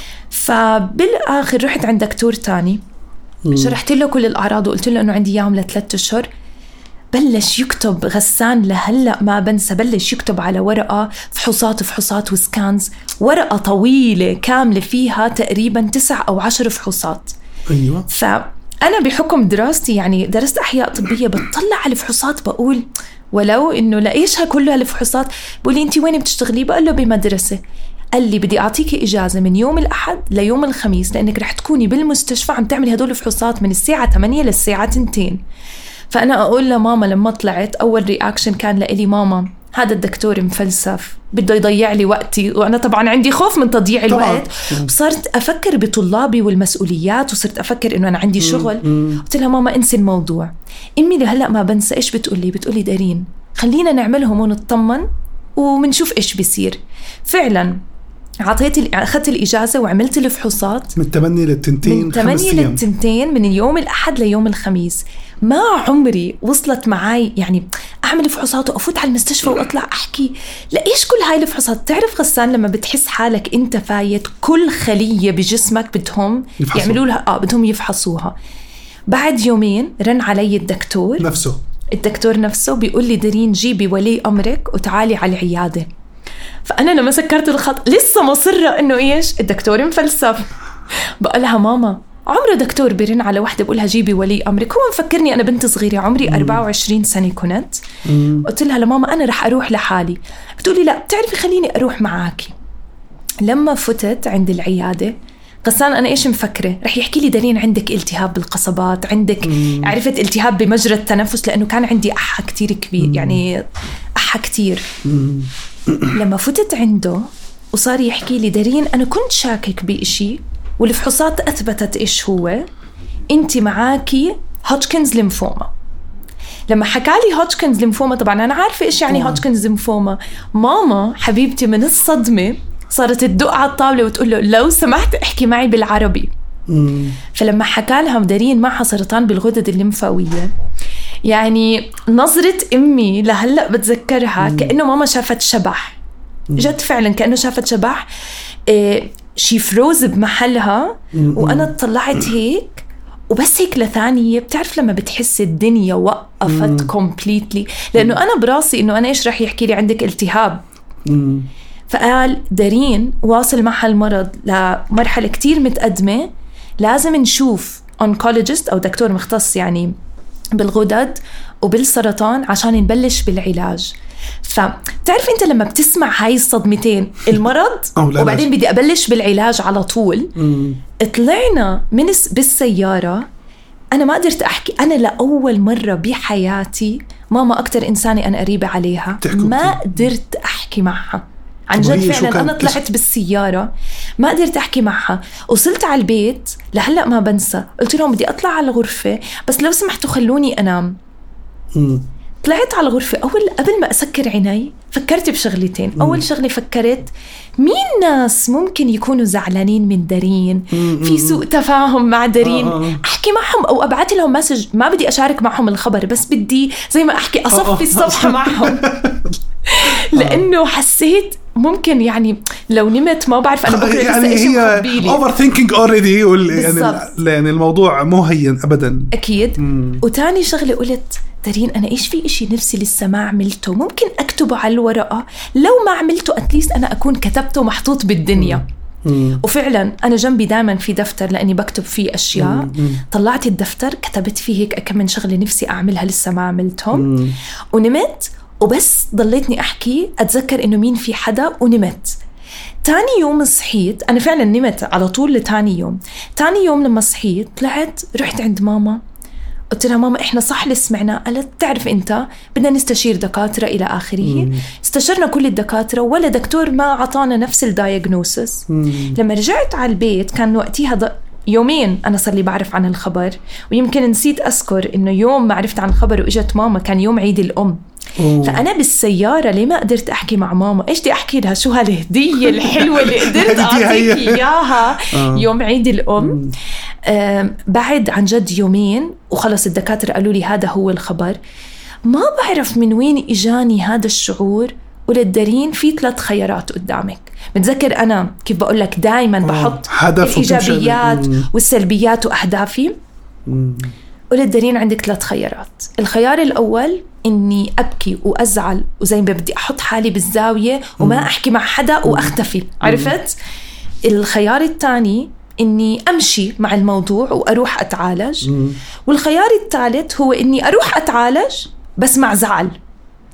فبالآخر رحت عند دكتور تاني، شرحت له كل الأعراض وقلت له أنه عندي إياهم لثلاثة أشهر. بلش يكتب غسان لهلأ ما بنسى، بلش يكتب على ورقة فحوصات فحوصات وسكانز، ورقة طويلة كاملة فيها تقريبا تسع أو عشر فحوصات. أيوة. فأنا بحكم دراستي يعني درست أحياء طبية، بتطلع على الفحوصات بقول ولو إنه لإيش هكل هالفحوصات. بقولي أنتي وين بتشتغلي؟ بقول له بمدرسة. قال لي بدي أعطيكي إجازة من يوم الأحد ليوم الخميس، لأنك رح تكوني بالمستشفى عم تعملي هدول الفحوصات من الساعة ثمانية للساعة اثنين. فأنا أقول لماما لما طلعت أول رياكشن كان لإلي ماما هذا الدكتور مفلسف بده يضيع لي وقتي، وأنا طبعا عندي خوف من تضييع الوقت. وصرت أفكر بطلابي والمسؤوليات، وصرت أفكر إنه أنا عندي شغل. قلت لها ماما انسي الموضوع. أمي لهلأ ما بنسى إيش بتقولي بتقولي دارين خلينا نعملهم ونطمن ومنشوف إيش بيصير. فعلا عطيت أخذت الإجازة وعملت الفحوصات من ثمانية للتنتين، من ثمانية للتنتين من يوم الأحد ليوم الخميس. ما عمري وصلت معي يعني أعمل فحوصات وأفوت على المستشفى وأطلع أحكي لإيش كل هاي الفحوصات. تعرف غسان لما بتحس حالك أنت فايت كل خلية بجسمك بدهم يفحصوا. يعملوا لها آه بدهم يفحصوها. بعد يومين رن علي الدكتور نفسه الدكتور نفسه بيقول لي دارين جيبي ولي أمرك وتعالي على العيادة. فأنا لما سكرت الخط لسه مصرة إنه إيش الدكتور مفلسف. بقولها ماما عمره دكتور بيرن على واحدة بقولها جيبي ولي أمرك، هو مفكرني أنا بنت صغيرة عمري أربعة وعشرين سنة كنت. قلت لها لماما أنا رح أروح لحالي. بتقولي لا بتعرفي خليني أروح معاكي. لما فتت عند العيادة غسان أنا إيش مفكرة رح يحكي لي دارين عندك التهاب بالقصبات، عندك مم. عرفت التهاب بمجرى التنفس، لأنه كان عندي أحا كتير كبير، يعني أحا كتير. لما فتت عنده وصار يحكي لي دارين أنا كنت شاكك بإشي والفحوصات أثبتت إيش هو، أنت معاكي هوجكنز ليمفوما. لما حكالي هوجكنز ليمفوما طبعا أنا عارفة إيش يعني هوجكنز ليمفوما. ماما حبيبتي من الصدمة صارت تدق على الطاولة وتقول له لو سمحت احكي معي بالعربي. مم. فلما حكالها دارين معها سرطان بالغدد الليمفاوية، يعني نظرة أمي لهلأ بتذكرها. مم. كأنه ماما شافت شبح. مم. جد فعلا كأنه شافت شبح. إيه شي فروز بمحلها. مم. وأنا طلعت هيك وبس هيك لثانية بتعرف لما بتحس الدنيا وقفت كومبليتلي، لأنه أنا براسي إنه أنا إيش رح يحكي لي عندك التهاب. مم. فقال دارين واصل معها المرض لمرحلة كتير متقدمة، لازم نشوف أونكولوجيست أو دكتور مختص يعني بالغدد وبالسرطان عشان نبلش بالعلاج. فتعرف أنت لما بتسمع هاي الصدمتين المرض وبعدين بدي أبلش بالعلاج على طول. مم. طلعنا من بالسيارة أنا ما قدرت أحكي. أنا لأول مرة بحياتي ماما أكتر إنسانة أنا قريبة عليها ما قدرت أحكي معها عن جد. فعلا أنا طلعت بالسيارة ما قدرت أحكي معها. وصلت على البيت لهلأ ما بنسى قلت لهم بدي أطلع على الغرفة بس لو سمحتوا خلوني أنام. مم. طلعت على الغرفة. أول قبل ما أسكر عيني فكرت بشغلتين. مم. أول شغلة فكرت مين ناس ممكن يكونوا زعلانين من دارين، مم. في سوء تفاهم مع دارين. آه. أحكي معهم أو أبعث لهم مسج. ما بدي أشارك معهم الخبر بس بدي زي ما أحكي أصفي الصفحة معهم. لأنه حسيت ممكن يعني لو نمت ما بعرف أنا بكرة يعني لسه إيش مخبيلي. over thinking already يعني, يعني الموضوع مو هين أبدا أكيد. مم. وتاني شغلة قلت دارين أنا إيش في إشي نفسي لسه ما عملته ممكن أكتبه على الورقة، لو ما عملته أتليست أنا أكون كتبته محطوط بالدنيا. مم. وفعلا أنا جنبي دائما في دفتر لأني بكتب فيه أشياء. مم. طلعت الدفتر كتبت فيه هيك كم من شغلة نفسي أعملها لسه ما عملتهم. مم. ونمت وبس ضليتني أحكي أتذكر إنه مين في حدا ونمت. تاني يوم صحيت أنا فعلا نمت على طول لتاني يوم. تاني يوم لما صحيت طلعت رحت عند ماما قلت لها ماما إحنا صح اللي سمعنا. قالت تعرف أنت بدنا نستشير دكاترة إلى آخره. استشرنا كل الدكاترة ولا دكتور ما عطانا نفس الدايجنوسس. لما رجعت على البيت كان وقتها ض... يومين أنا صار لي بعرف عن الخبر، ويمكن نسيت أذكر إنه يوم ما عرفت عن الخبر وإجت ماما كان يوم عيد الأم. أوه. فأنا بالسيارة ليه ما قدرت أحكي مع ماما إيش دي أحكي لها شو هالهدية الحلوة اللي قدرت أعطيك إياها يوم عيد الأم. آه بعد عن جد يومين وخلص الدكاترة قالوا لي هذا هو الخبر. ما بعرف من وين إجاني هذا الشعور. وللدارين في ثلاث خيارات قدامك. بتذكر أنا كيف بقول لك دايما بحط الإيجابيات والسلبيات وأهدافي. وللدارين عندك ثلاث خيارات. الخيار الأول إني أبكي وأزعل وزي ما بدي أحط حالي بالزاوية وما أحكي مع حدا وأختفي. عرفت؟ الخيار الثاني إني أمشي مع الموضوع وأروح أتعالج. والخيار الثالث هو إني أروح أتعالج بس مع زعل.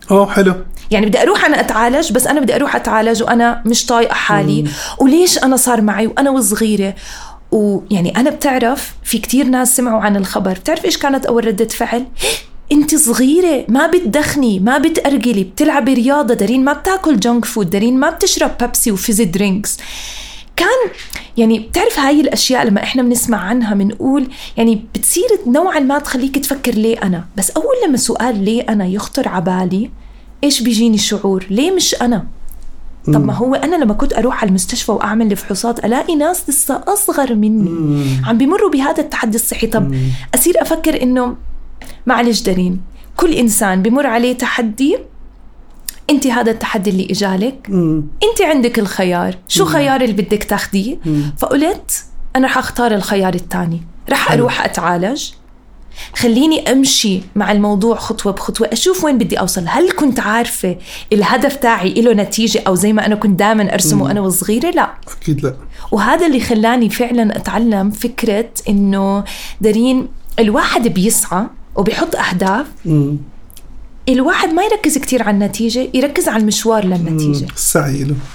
أوه حلو. يعني بدي أروح أنا أتعالج، بس أنا بدي أروح أتعالج وأنا مش طايقة حالي. مم. وليش أنا صار معي وأنا وصغيرة. ويعني أنا بتعرف في كتير ناس سمعوا عن الخبر، بتعرف إيش كانت أول ردة فعل؟ انت صغيرة، ما بتدخني، ما بتأرجلي، بتلعبي رياضة، دارين ما بتاكل جونك فود، دارين ما بتشرب بيبسي وفيزي درينكس. كان يعني بتعرف هاي الأشياء لما إحنا بنسمع عنها بنقول يعني بتصير نوعا ما تخليك تفكر ليه أنا. بس أول لما سؤال ليه أنا يخطر عبالي، إيش بيجيني شعور ليه مش أنا؟ طب ما هو أنا لما كنت أروح على المستشفى وأعمل الفحوصات ألاقي ناس لسه أصغر مني عم بيمروا بهذا التحدي الصحي. طب أصير أفكر إنه معلش دارين، كل إنسان بيمر عليه تحدي، أنت هذا التحدي اللي إجالك، أنت عندك الخيار، شو خيار اللي بدك تاخديه؟ فقلت أنا رح أختار الخيار الثاني، رح أروح أتعالج، خليني أمشي مع الموضوع خطوة بخطوة، أشوف وين بدي أوصل. هل كنت عارفة الهدف تاعي له نتيجة أو زي ما أنا كنت دائما أرسمه أنا وصغيرة؟ لا أكيد لا. وهذا اللي خلاني فعلا أتعلم فكرة إنه دارين الواحد بيسعى وبيحط أهداف. مم. الواحد ما يركز كتير على النتيجة، يركز على المشوار للنتيجة، السعي له.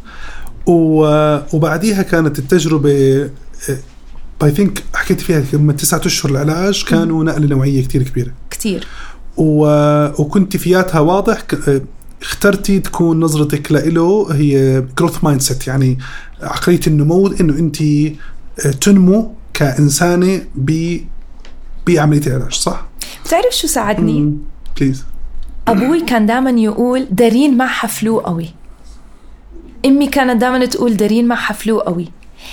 وبعديها كانت التجربة I think حكيت فيها من تسعة أشهر العلاج كانوا نقلة نوعية كتير كبيرة كتير. و... وكنت فياتها واضح اخترتي تكون نظرتك له هي growth mindset، يعني عقلية النمو، إنه أنت تنمو كإنسانة ب بعملية العلاج. صح؟ بتعرف شو ساعدني؟ بليز. أبوي كان دائما يقول دارين ما حفلو قوي، أمي كانت دائما تقول دارين ما حفلو قوي.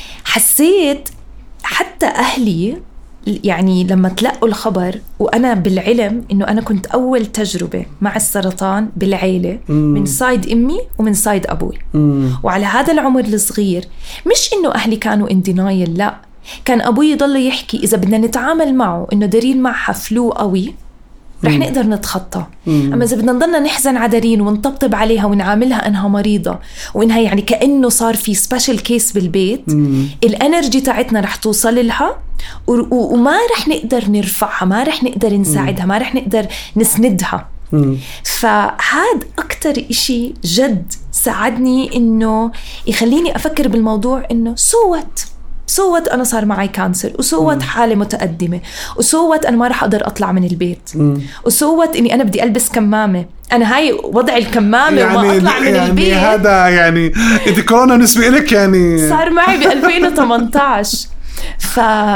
حسيت حتى أهلي يعني لما تلقوا الخبر وأنا بالعلم إنه أنا كنت أول تجربة مع السرطان بالعيلة من سايد أمي ومن سايد أبوي، وعلى هذا العمر الصغير، مش إنه أهلي كانوا in denial، لا، كان أبوي يضل يحكي إذا بدنا نتعامل معه إنه دارين مع حفلو قوي رح مم. نقدر نتخطى. مم. أما إذا بدنا نضلنا نحزن على دارين ونطبطب عليها ونعاملها إنها مريضة وإنها يعني كأنه صار في سبيشال كيس بالبيت، مم. الانرجي تاعتنا رح توصل لها و- وما رح نقدر نرفعها، ما رح نقدر نساعدها، ما رح نقدر نسندها. مم. فهذا أكتر إشي جد ساعدني إنه يخليني أفكر بالموضوع إنه سوت سوت أنا صار معي كانسر، وسوت حالة متقدمة، وسوت أنا ما رح أقدر أطلع من البيت، مم. وسوت إني أنا بدي ألبس كمامة، أنا هاي وضع الكمامة يعني وما أطلع من يعني البيت. هذا يعني إذا كورونا بالنسبة لك يعني صار معي بألفين وثمانية عشر. ف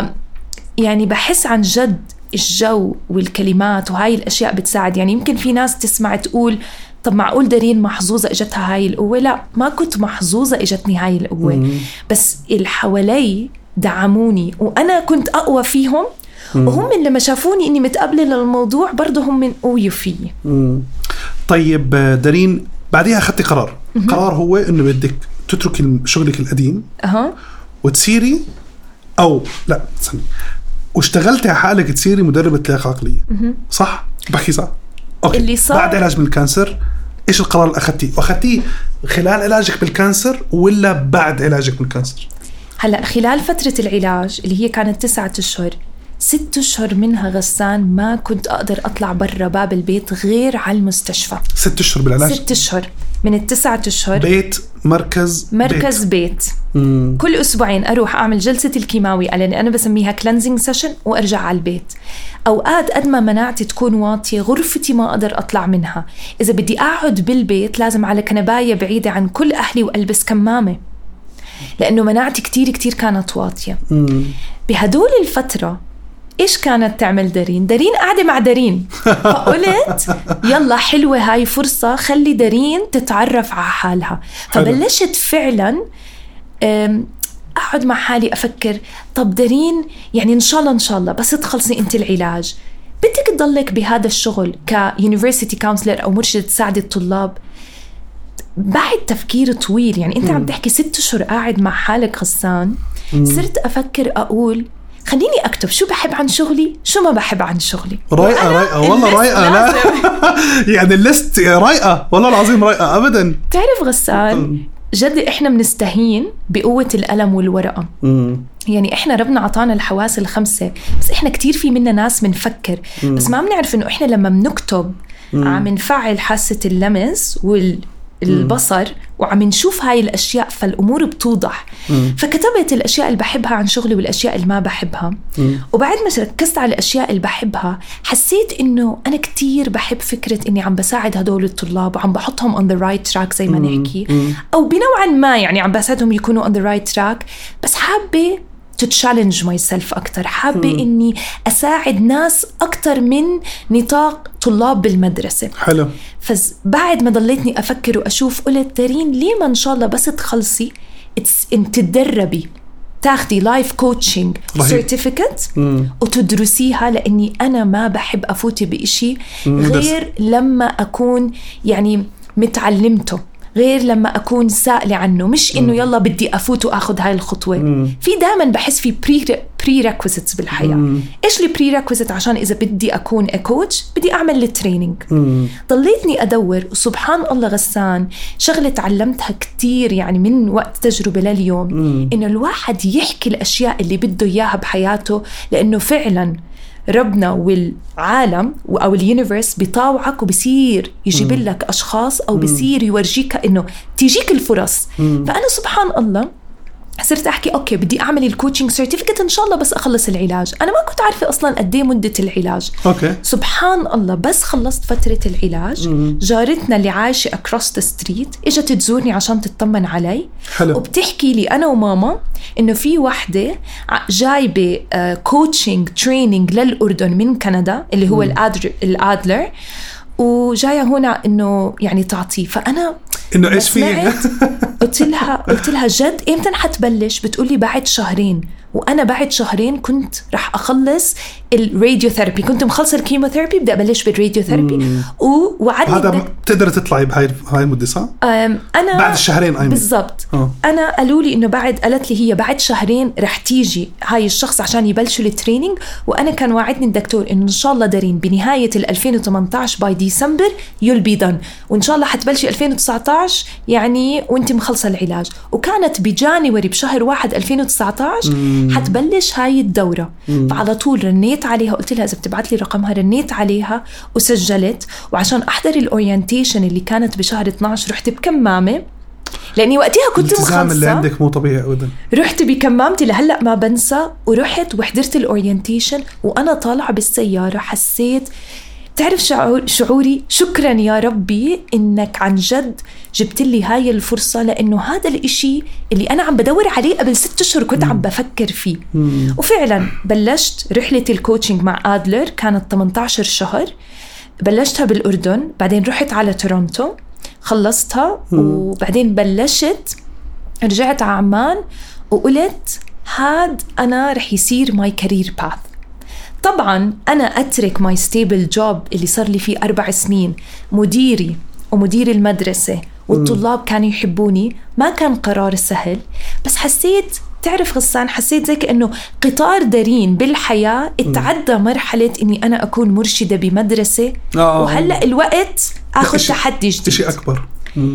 يعني بحس عن جد الجو والكلمات وهاي الأشياء بتساعد. يعني يمكن في ناس تسمع تقول طب معقول دارين محظوظة إجتها هاي القوة؟ لا، ما كنت محظوظة إجتني هاي القوة، مم. بس الحوالي دعموني وأنا كنت أقوى فيهم، مم. وهم من لما شافوني إني متقبلة للموضوع برضو هم من قوي فيه. مم. طيب دارين بعدها أخذتي قرار، مم. قرار هو إنه بدك تتركي شغلك القديم أه. وتسيري أو لا تسمي واشتغلتي على حالك تصيري مدربة لياقة عقلية، مم. صح؟ بحكي صح؟ أوكي. اللي صار بعد علاج من الكانسر إيش القرار اللي أخذتيه؟ وأخذتيه خلال علاجك بالكانسر ولا بعد علاجك من الكانسر؟ هلأ خلال فترة العلاج اللي هي كانت تسعة أشهر، ست أشهر منها غسان ما كنت أقدر أطلع برا باب البيت غير على المستشفى. ست أشهر بالعلاج؟ ست أشهر من التسعة أشهر. بيت مركز مركز بيت, بيت. مم. كل أسبوعين أروح أعمل جلسة الكيماوي لأن أنا بسميها كلينزينج سيشن وأرجع على البيت. أوقات قد ما مناعتي تكون واطية غرفتي ما أقدر أطلع منها، إذا بدي أقعد بالبيت لازم على كنباية بعيدة عن كل أهلي وألبس كمامة لأنه مناعتي كتير كتير كانت واطية. مم. بهدول الفترة إيش كانت تعمل دارين؟ دارين قاعدة مع دارين، فقلت يلا حلوة هاي فرصة خلي دارين تتعرف على حالها. فبلشت فعلا أقعد مع حالي أفكر طب دارين يعني إن شاء الله إن شاء الله بس تخلصي أنت العلاج بدك تضلك بهذا الشغل كيونيفرسيتي كونسلر أو مرشدة تساعد الطلاب. بعد تفكير طويل يعني أنت عم تحكي ست أشهر قاعد مع حالك غسان، صرت أفكر أقول خليني أكتب شو بحب عن شغلي شو ما بحب عن شغلي. رايقة رايقة والله رايقة. لا يعني الليست رايقة والله العظيم رايقة أبدا. تعرف غسان جد إحنا بنستهين بقوة القلم والورقة. مم. يعني إحنا ربنا عطانا الحواس الخمسة بس إحنا كتير في منا ناس منفكر، مم. بس ما بنعرف إنه إحنا لما بنكتب عم نفعل حاسة اللمس والبصر وعم نشوف هاي الأشياء، فالأمور بتوضح. مم. فكتبت الأشياء اللي بحبها عن شغلي والأشياء اللي ما بحبها. مم. وبعد ما ركزت على الأشياء اللي بحبها حسيت إنه أنا كتير بحب فكرة إني عم بساعد هدول الطلاب وعم بحطهم on the right track زي ما مم. نحكي، مم. أو بنوعا ما يعني عم بساعدهم يكونوا on the right track، بس حابة to challenge myself أكتر، حابة م. إني أساعد ناس أكتر من نطاق طلاب بالمدرسة. حلو. فبعد ما ضليتني أفكر وأشوف قلت دارين ليه ما إن شاء الله بس تخلصي إن تتدربي تاخدي لايف كوتشنج سيرتيفيكت وتدرسيها، لأني أنا ما بحب أفوتي بإشي غير لما أكون يعني متعلمته، غير لما أكون سائلة عنه، مش إنه يلا بدي أفوت وأخذ هاي الخطوة. مم. في دائما بحس في prerequisites بالحياة. مم. إيش لي prerequisite؟ عشان إذا بدي أكون كوتش بدي أعمل الترينينج. ضليتني أدور، وسبحان الله غسان شغلة تعلمتها كتير يعني من وقت تجربة لليوم، مم. إنه الواحد يحكي الأشياء اللي بده إياها بحياته، لأنه فعلا ربنا والعالم أو اليونيفرس بيطاوعك وبيصير يجيب لك أشخاص أو بيصير يورجيك إنه تيجيك الفرص. مم. فأنا سبحان الله صرت أحكي أوكي بدي أعمل الكوتشنج سيرتيفيكت إن شاء الله بس أخلص العلاج. أنا ما كنت عارفة أصلاً قد إيه مدة العلاج. أوكي. سبحان الله بس خلصت فترة العلاج، مم. جارتنا اللي عايشة across the street إجت تزورني عشان تطمن علي. حلو. وبتحكي لي أنا وماما إنه في واحدة جايبة كوتشنج ترينينج للأردن من كندا اللي هو الأدلر، وجاية هنا إنه يعني تعطيه. فأنا إنه إيش فيه؟ قلت لها قلت لها جد إمتى حتبلش؟ بتقولي بعد شهرين. وأنا بعد شهرين كنت رح أخلص الراديوثيرابي، كنت مخلص الكيموثيرابي بدي أبلش بالراديوثيرابي. ووعدني هذا بدك... تقدر تطلعي بهاي هاي المدة صح؟ أنا بعد الشهرين أيمن بالضبط. أوه. أنا قالوا لي إنه بعد، قالت لي هي بعد شهرين رح تيجي هاي الشخص عشان يبلشوا الترينينج، وأنا كان وعدني الدكتور إنه إن شاء الله دارين بنهاية ألفين وثمانية عشر باي ديسمبر you'll be done، وإن شاء الله حتبلشي ألفين وتسعة عشر يعني وإنت مخلصة العلاج. وكانت بجانوري بشهر واحد ألفين وتسعة عشر مم. حتبلش هاي الدورة. مم. فعلى طول رنيت عليها، قلت لها إذا بتبعت لي رقمها، رنيت عليها وسجلت. وعشان أحضر الأورينتيشن اللي كانت بشهر اثناشر رحت بكمامة، لأني وقتها كنت مخلصة. اللي عندك مو طبيعي أبدا. رحت بكمامتي لهلأ ما بنسى، ورحت وحضرت الأورينتيشن. وأنا طالعة بالسيارة حسيت، تعرف شعور شعوري شكرا يا ربي إنك عن جد جبت لي هاي الفرصة، لأنه هذا الإشي اللي أنا عم بدور عليه قبل ست أشهر كنت عم بفكر فيه. مم. وفعلا بلشت رحلة الكوتشنج مع أدلر، كانت ثمانية عشر شهر، بلشتها بالأردن، بعدين رحت على تورونتو خلصتها. مم. وبعدين بلشت رجعت على عمان وقلت هاد أنا رح يصير ماي كارير باث. طبعا أنا أترك ماي ستيبل جوب اللي صار لي فيه أربع سنين، مديري ومدير المدرسة والطلاب كانوا يحبوني، ما كان قرار سهل. بس حسيت، تعرف غسان، حسيت زي كأنه قطار دارين بالحياة اتعدى مرحلة إني أنا أكون مرشدة بمدرسة، وهلأ الوقت أخذ تحدي جديد، شيء أكبر.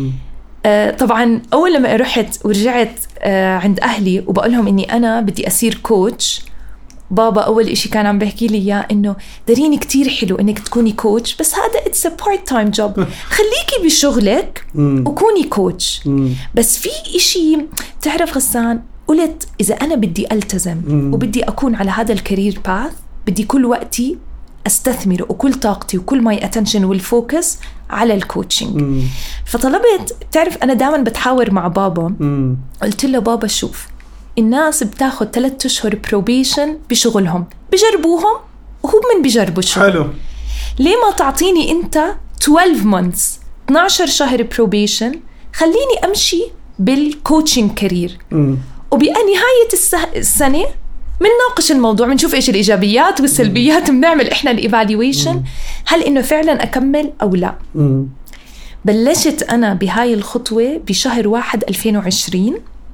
آه طبعا أول لما رحت ورجعت آه عند أهلي وبقولهم إني أنا بدي أصير كوتش، بابا أول إشي كان عم بحكي لي إياه إنه داريني كتير حلو إنك تكوني كوتش، بس هذا it's a part time job، خليكي بشغلك وكوني كوتش. بس في إشي تعرف غسان، قلت إذا أنا بدي ألتزم وبدي أكون على هذا الكارير باث، بدي كل وقتي أستثمر وكل طاقتي وكل ماي أتنشن والفوكس على الكوتشنج. فطلبت، تعرف أنا دائما بتحاور مع بابا، قلت له بابا شوف، الناس بتاخد ثلاثة أشهر بروبيشن بشغلهم، بجربوهم وهم من بيجربوا الشغل. حلو. ليه ما تعطيني أنت اثناشر months اثنا عشر شهر بروبيشن، خليني أمشي بالكوتشنج كارير، وبنهاية السنة منناقش الموضوع، منشوف إيش الإيجابيات والسلبيات، بنعمل إحنا الإيفاليويشن هل إنه فعلا أكمل أو لا. مم. بلشت أنا بهاي الخطوة بشهر واحد ألفين وعشرين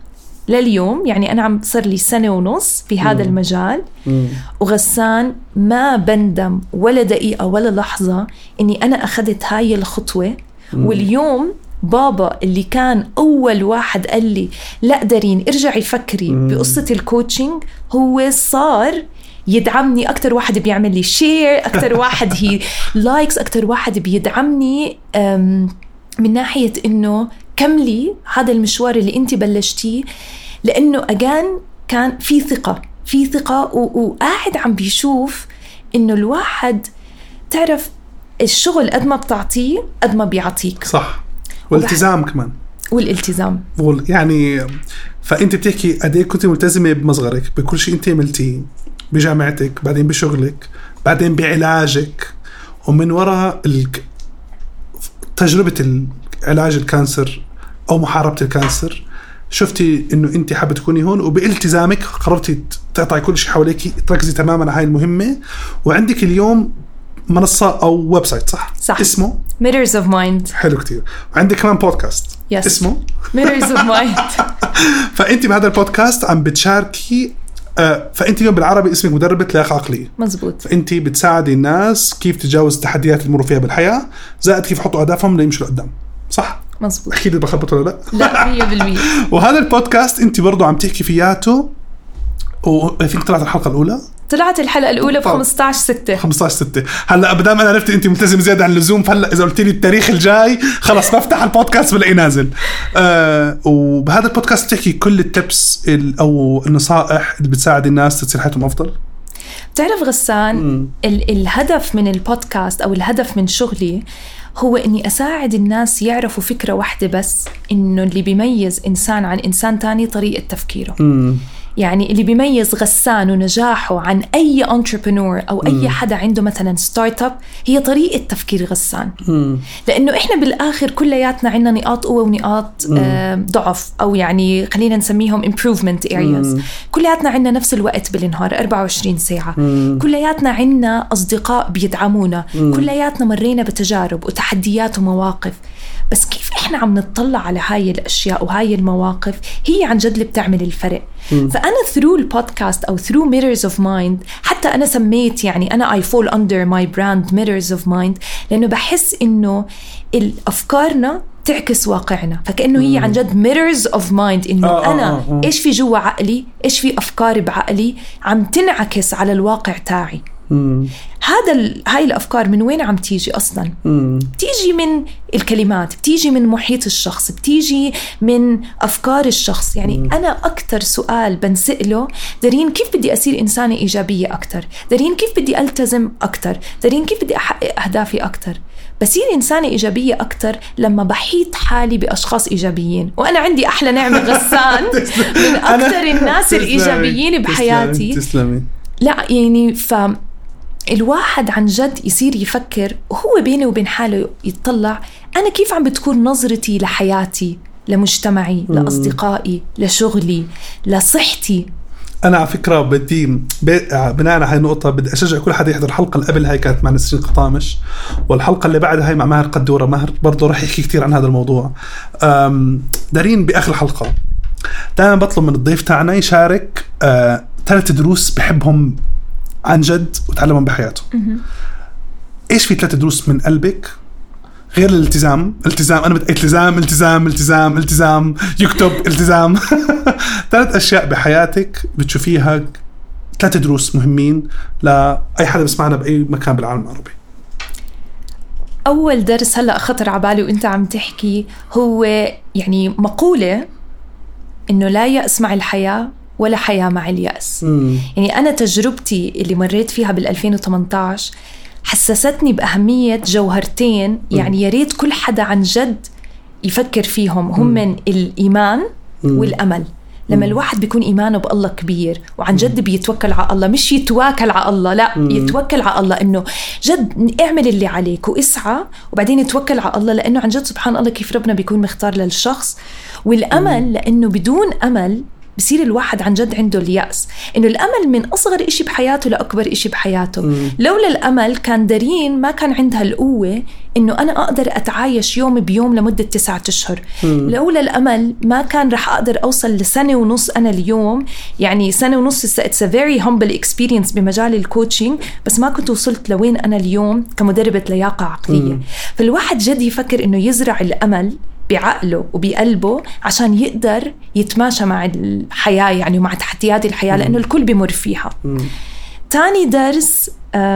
لليوم، يعني أنا عم صار لي سنة ونص في هذا مم. المجال. مم. وغسان ما بندم ولا دقيقة ولا لحظة إني أنا أخذت هاي الخطوة. مم. واليوم بابا اللي كان أول واحد قال لي لا دارين ارجعي فكري مم. بقصة الكوتشنج، هو صار يدعمني، أكتر واحد بيعمل لي شير، أكتر واحد هي لايكس، أكتر واحد بيدعمني من ناحية إنه كملي هذا المشوار اللي أنت بلشتيه، لأنه أجان كان في ثقة في ثقة وقاعد عم بيشوف إنه الواحد تعرف الشغل قد ما بتعطيه قد ما بيعطيك. صح. والالتزام وبح... كمان والالتزام يعني. فأنت بتحكي قد إيه كنت ملتزمة بمصغرك بكل شيء أنت عملتيه بجامعتك، بعدين بشغلك، بعدين بعلاجك، ومن وراء تجربة العلاج الكانسر أو محاربة الكانسر شفتي إنه أنت حابة تكوني هون، وبالتزامك قررتي تقطعي كل شيء حواليك، تركزي تماماً على هاي المهمة. وعندك اليوم منصة أو ويب سايت صح؟ صح. اسمه Mirrors of Mind. حلو كتير. وعندك كمان بودكاست yes. اسمه Mirrors of Mind. فأنت بهذا البودكاست عم بتشاركي آه فأنت اليوم بالعربي اسمك مدربة لياقة عقلية. مزبوط. فأنت بتساعدي الناس كيف تتجاوز التحديات اللي يمروا فيها بالحياة، زائد كيف يحطوا أهدافهم ليمشوا لقدام. صح؟ مزبوط. أكيد بخبط ولا لا؟ لا مية بالمية. وهذا البودكاست أنت برضو عم تحكي فياته، وفيك طلعت الحلقة الأولى. طلعت الحلقة الأولى بخمستاشر ستة. خمستاشر ستة. هلا بدام أنا عرفت أنت ملتزم زيادة عن اللزوم، فهلا إذا قلت لي التاريخ الجاي خلاص بفتح البودكاست بلاقي نازل. آه وبهذا البودكاست بتحكي كل التبس أو النصائح اللي بتساعد الناس تصير حياتهم أفضل. بتعرف غسان، ال- الهدف من البودكاست أو الهدف من شغلي هو إني أساعد الناس يعرفوا فكرة واحدة بس، إنه اللي بيميز إنسان عن إنسان تاني طريقة تفكيره. مم. يعني اللي بيميز غسان ونجاحه عن أي entrepreneur أو أي حدا عنده مثلا ستارت اب هي طريقة تفكير غسان. مم. لأنه إحنا بالآخر كلياتنا عنا نقاط قوة ونقاط آه ضعف، أو يعني خلينا نسميهم improvement areas. مم. كلياتنا عنا نفس الوقت بالنهار أربعة وعشرين ساعة. مم. كلياتنا عنا أصدقاء بيدعمونا. مم. كلياتنا مرينا بتجارب وتحديات ومواقف، بس كيف إحنا عم نطلع على هاي الأشياء وهاي المواقف هي عن جد اللي بتعمل الفرق. م. فأنا through البودكاست أو through Mirrors of Mind، حتى أنا سميت يعني أنا I fall under my brand Mirrors of Mind، لأنه بحس إنه الأفكارنا تعكس واقعنا، فكأنه هي عن جد Mirrors of Mind، إنه آه أنا آه آه. إيش في جوا عقلي، إيش في أفكار بعقلي عم تنعكس على الواقع تاعي. مم. هذا ال... هاي الأفكار من وين عم تيجي أصلاً؟ مم. بتيجي من الكلمات، بتيجي من محيط الشخص، بتيجي من أفكار الشخص. يعني مم. أنا أكتر سؤال بنسأله دارين كيف بدي أصير إنسانة إيجابية أكتر، دارين كيف بدي ألتزم أكتر، دارين كيف بدي أحقق أهدافي أكتر. بصير إنسانة إيجابية أكتر لما بحيط حالي بأشخاص إيجابيين. وأنا عندي أحلى نعمة غسان من أكتر الناس الإيجابيين بحياتي. تسلمي. لا يعني ف الواحد عن جد يصير يفكر وهو بينه وبين حاله يتطلع، أنا كيف عم بتكون نظرتي لحياتي، لمجتمعي، لأصدقائي، لشغلي، لصحتي. أنا على فكرة بدي بناء على هاي النقطة بدي أشجع كل حدا يحضر الحلقة اللي قبل هاي كانت مع نسرين قطامش، والحلقة اللي بعدها هاي مع ماهر قدورة. ماهر برضو رح يحكي كتير عن هذا الموضوع. دارين بآخر الحلقة دائما بطلب من الضيف تاعنا يشارك آه ثلاث دروس بحبهم عن جد وتعلمهم بحياته. إيش في ثلاث دروس من قلبك غير الالتزام؟ التزام أنا بدي التزام التزام التزام التزام يكتب التزام. ثلاث أشياء بحياتك بتشوفيها ثلاث دروس مهمين لأي حدا بسمعنا بأي مكان بالعالم العربي. أول درس هلأ خطر عبالي وإنت عم تحكي هو يعني مقولة إنه لا يأس مع الحياة ولا حياة مع اليأس. مم. يعني أنا تجربتي اللي مريت فيها بالألفين وثمانية عشر حسستني بأهمية جوهرتين، يعني ياريت كل حدا عن جد يفكر فيهم، هم من الإيمان مم. والأمل. لما مم. الواحد بيكون إيمانه بالله كبير وعن جد بيتوكل على الله، مش يتواكل على الله، لا مم. يتوكل على الله، إنه جد اعمل اللي عليك واسعى وبعدين يتوكل على الله، لأنه عن جد سبحان الله كيف ربنا بيكون مختار للشخص. والأمل مم. لأنه بدون أمل بصير الواحد عن جد عنده اليأس، إنه الأمل من أصغر إشي بحياته لأكبر إشي بحياته. مم. لولا الأمل كان دارين ما كان عندها القوة إنه أنا أقدر أتعايش يوم بيوم لمدة تسعة أشهر. مم. لولا الأمل ما كان رح أقدر أوصل لسنة ونص أنا اليوم، يعني سنة ونص it's a very humble experience بمجال الكوتشنج، بس ما كنت وصلت لوين أنا اليوم كمدربة لياقة عقلية. مم. فالواحد جد يفكر إنه يزرع الأمل بعقله وبقلبه عشان يقدر يتماشى مع الحياة يعني ومع تحديات الحياة، لأنه الكل بيمر فيها. تاني درس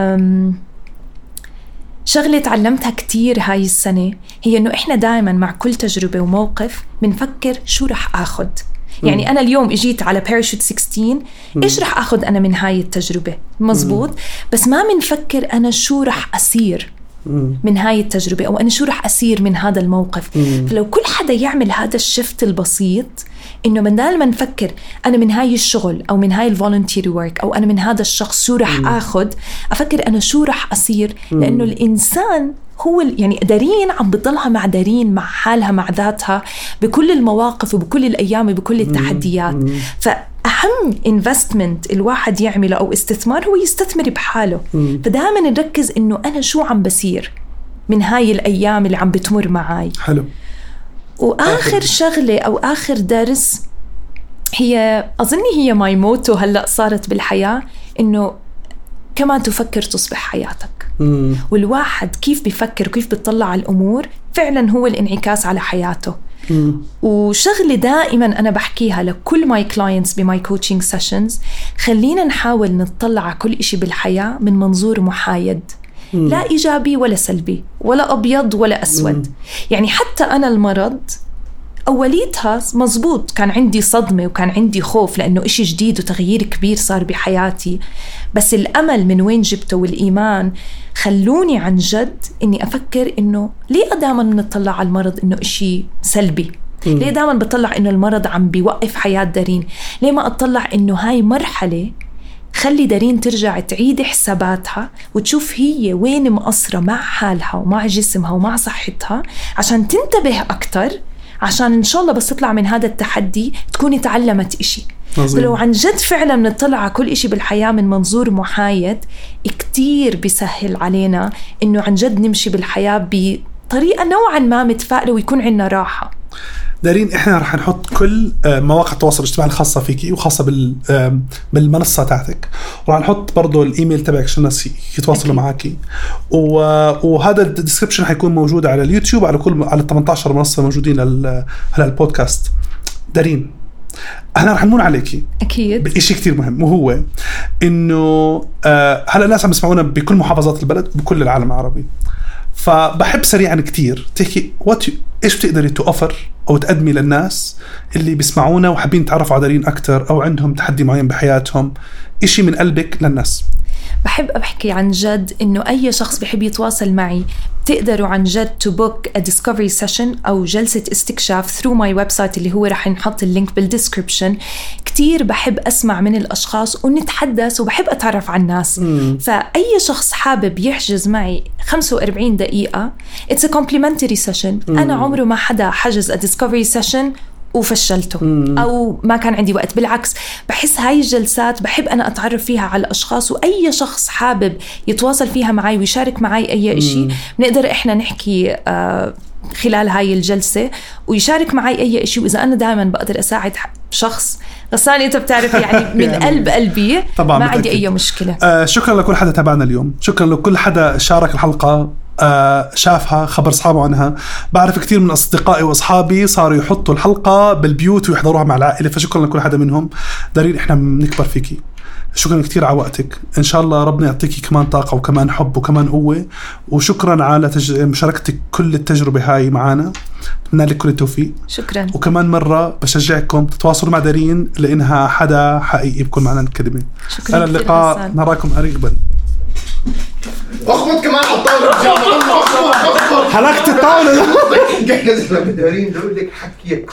شغلة تعلمتها كتير هاي السنة هي إنه إحنا دائما مع كل تجربة وموقف بنفكر شو رح أخذ. يعني أنا اليوم إجيت على باراشوت ستة عشر، إيش رح أخذ أنا من هاي التجربة؟ مزبوط، بس ما منفكر أنا شو رح أصير من هاي التجربة، أو أنا شو رح أصير من هذا الموقف. فلو كل حدا يعمل هذا الشفت البسيط، إنه من دال ما نفكر أنا من هاي الشغل أو من هاي الفولنتير وورك أو أنا من هذا الشخص شو رح أخذ، أفكر أنا شو رح أصير. لأنه الإنسان هو يعني دارين عم بضلها مع دارين مع حالها مع ذاتها بكل المواقف وبكل الأيام وبكل التحديات. فأهم investment الواحد يعمله أو استثمار هو يستثمر بحاله. فدائما نركز إنه أنا شو عم بصير من هاي الأيام اللي عم بتمر معاي. حلو. وآخر شغلة أو آخر درس هي أظني هي ماي موتو هلأ صارت بالحياة، إنه كما تفكر تصبح حياتك. مم. والواحد كيف بيفكر وكيف بيطلع على الأمور فعلا هو الانعكاس على حياته. مم. وشغلة دائما أنا بحكيها لكل ماي كلاينتس بماي كوتشنج سيشنز، خلينا نحاول نطلع على كل إشي بالحياة من منظور محايد، مم. لا إيجابي ولا سلبي ولا أبيض ولا أسود. مم. يعني حتى أنا المرض أوليتها مزبوط كان عندي صدمة وكان عندي خوف لأنه إشي جديد وتغيير كبير صار بحياتي، بس الأمل من وين جبته والإيمان خلوني عن جد إني أفكر إنه ليه دائما بنطلع على المرض إنه إشي سلبي؟ م. ليه دائما بطلع إنه المرض عم بيوقف حياة دارين؟ ليه ما أطلع إنه هاي مرحلة خلي دارين ترجع تعيد حساباتها وتشوف هي وين مقصرة مع حالها ومع جسمها ومع صحتها عشان تنتبه أكتر، عشان إن شاء الله بس تطلع من هذا التحدي تكوني تعلمت إشي. ولو عن جد فعلا نطلع على كل إشي بالحياة من منظور محايد كتير بيسهل علينا إنه عن جد نمشي بالحياة بطريقة نوعا ما متفائلة ويكون عنا راحة. دارين إحنا رح نحط كل مواقع التواصل الاجتماعي الخاصة فيكي وخاصة بالمنصة تاعتك، ورح نحط برضو الإيميل تبعك عشان الناس يتواصلوا معاكي، وهذا الديسكريبشن حيكون موجود على اليوتيوب على كل على ثمانية عشر منصة موجودين على البودكاست. دارين احنا رح نمون عليكي اكيد بشيء كتير مهم، وهو انه آه هلا الناس عم يسمعونا بكل محافظات البلد بكل العالم العربي، فبحب سريعا كتير تحكي وات ايش بتقدري توفر او تقدمي للناس اللي بيسمعونا وحابين يتعرفوا على دارين اكتر او عندهم تحدي معين بحياتهم، اشي من قلبك للناس. بحب أحكي عن جد إنه أي شخص بحب يتواصل معي تقدروا عن جد to book a discovery session أو جلسة استكشاف through my website اللي هو رح نحط اللينك بالديسكريبشن. كتير بحب أسمع من الأشخاص ونتحدث وبحب أتعرف على الناس. مم. فأي شخص حابب يحجز معي خمسة وأربعين دقيقة it's a complimentary session. مم. أنا عمره ما حدا حجز a discovery session وفشلته مم. أو ما كان عندي وقت، بالعكس بحس هاي الجلسات بحب أنا أتعرف فيها على الأشخاص، وأي شخص حابب يتواصل فيها معي ويشارك معي أي إشي بنقدر إحنا نحكي آه خلال هاي الجلسة ويشارك معي أي إشي. وإذا أنا دائما بقدر أساعد شخص غساني أنت بتعرف يعني من يعني قلب قلبي طبعا ما عندي أي مشكلة. آه شكرا لكل حدا تابعنا اليوم، شكرا لكل حدا شارك الحلقة آه شافها خبر أصحابه عنها. بعرف كتير من أصدقائي وأصحابي صاروا يحطوا الحلقة بالبيوت ويحضروها مع العائلة، فشكرا لكل حدا منهم. دارين إحنا بنكبر فيكي، شكرا كتير على وقتك، إن شاء الله ربنا يعطيكي كمان طاقة وكمان حب وكمان قوة، وشكرا على تج... مشاركتك كل التجربة هاي معنا، أتمنى لك كل التوفيق. شكرا. وكمان مرة بشجعكم تتواصلوا مع دارين لأنها حدا حقيقي بكون معنا الكلمة. شكرا. على اللقاء، نراكم قريبا. اخبط كمان على الطاولة. حلقت الطاولة. جهز لك دارين، بقول لك حكي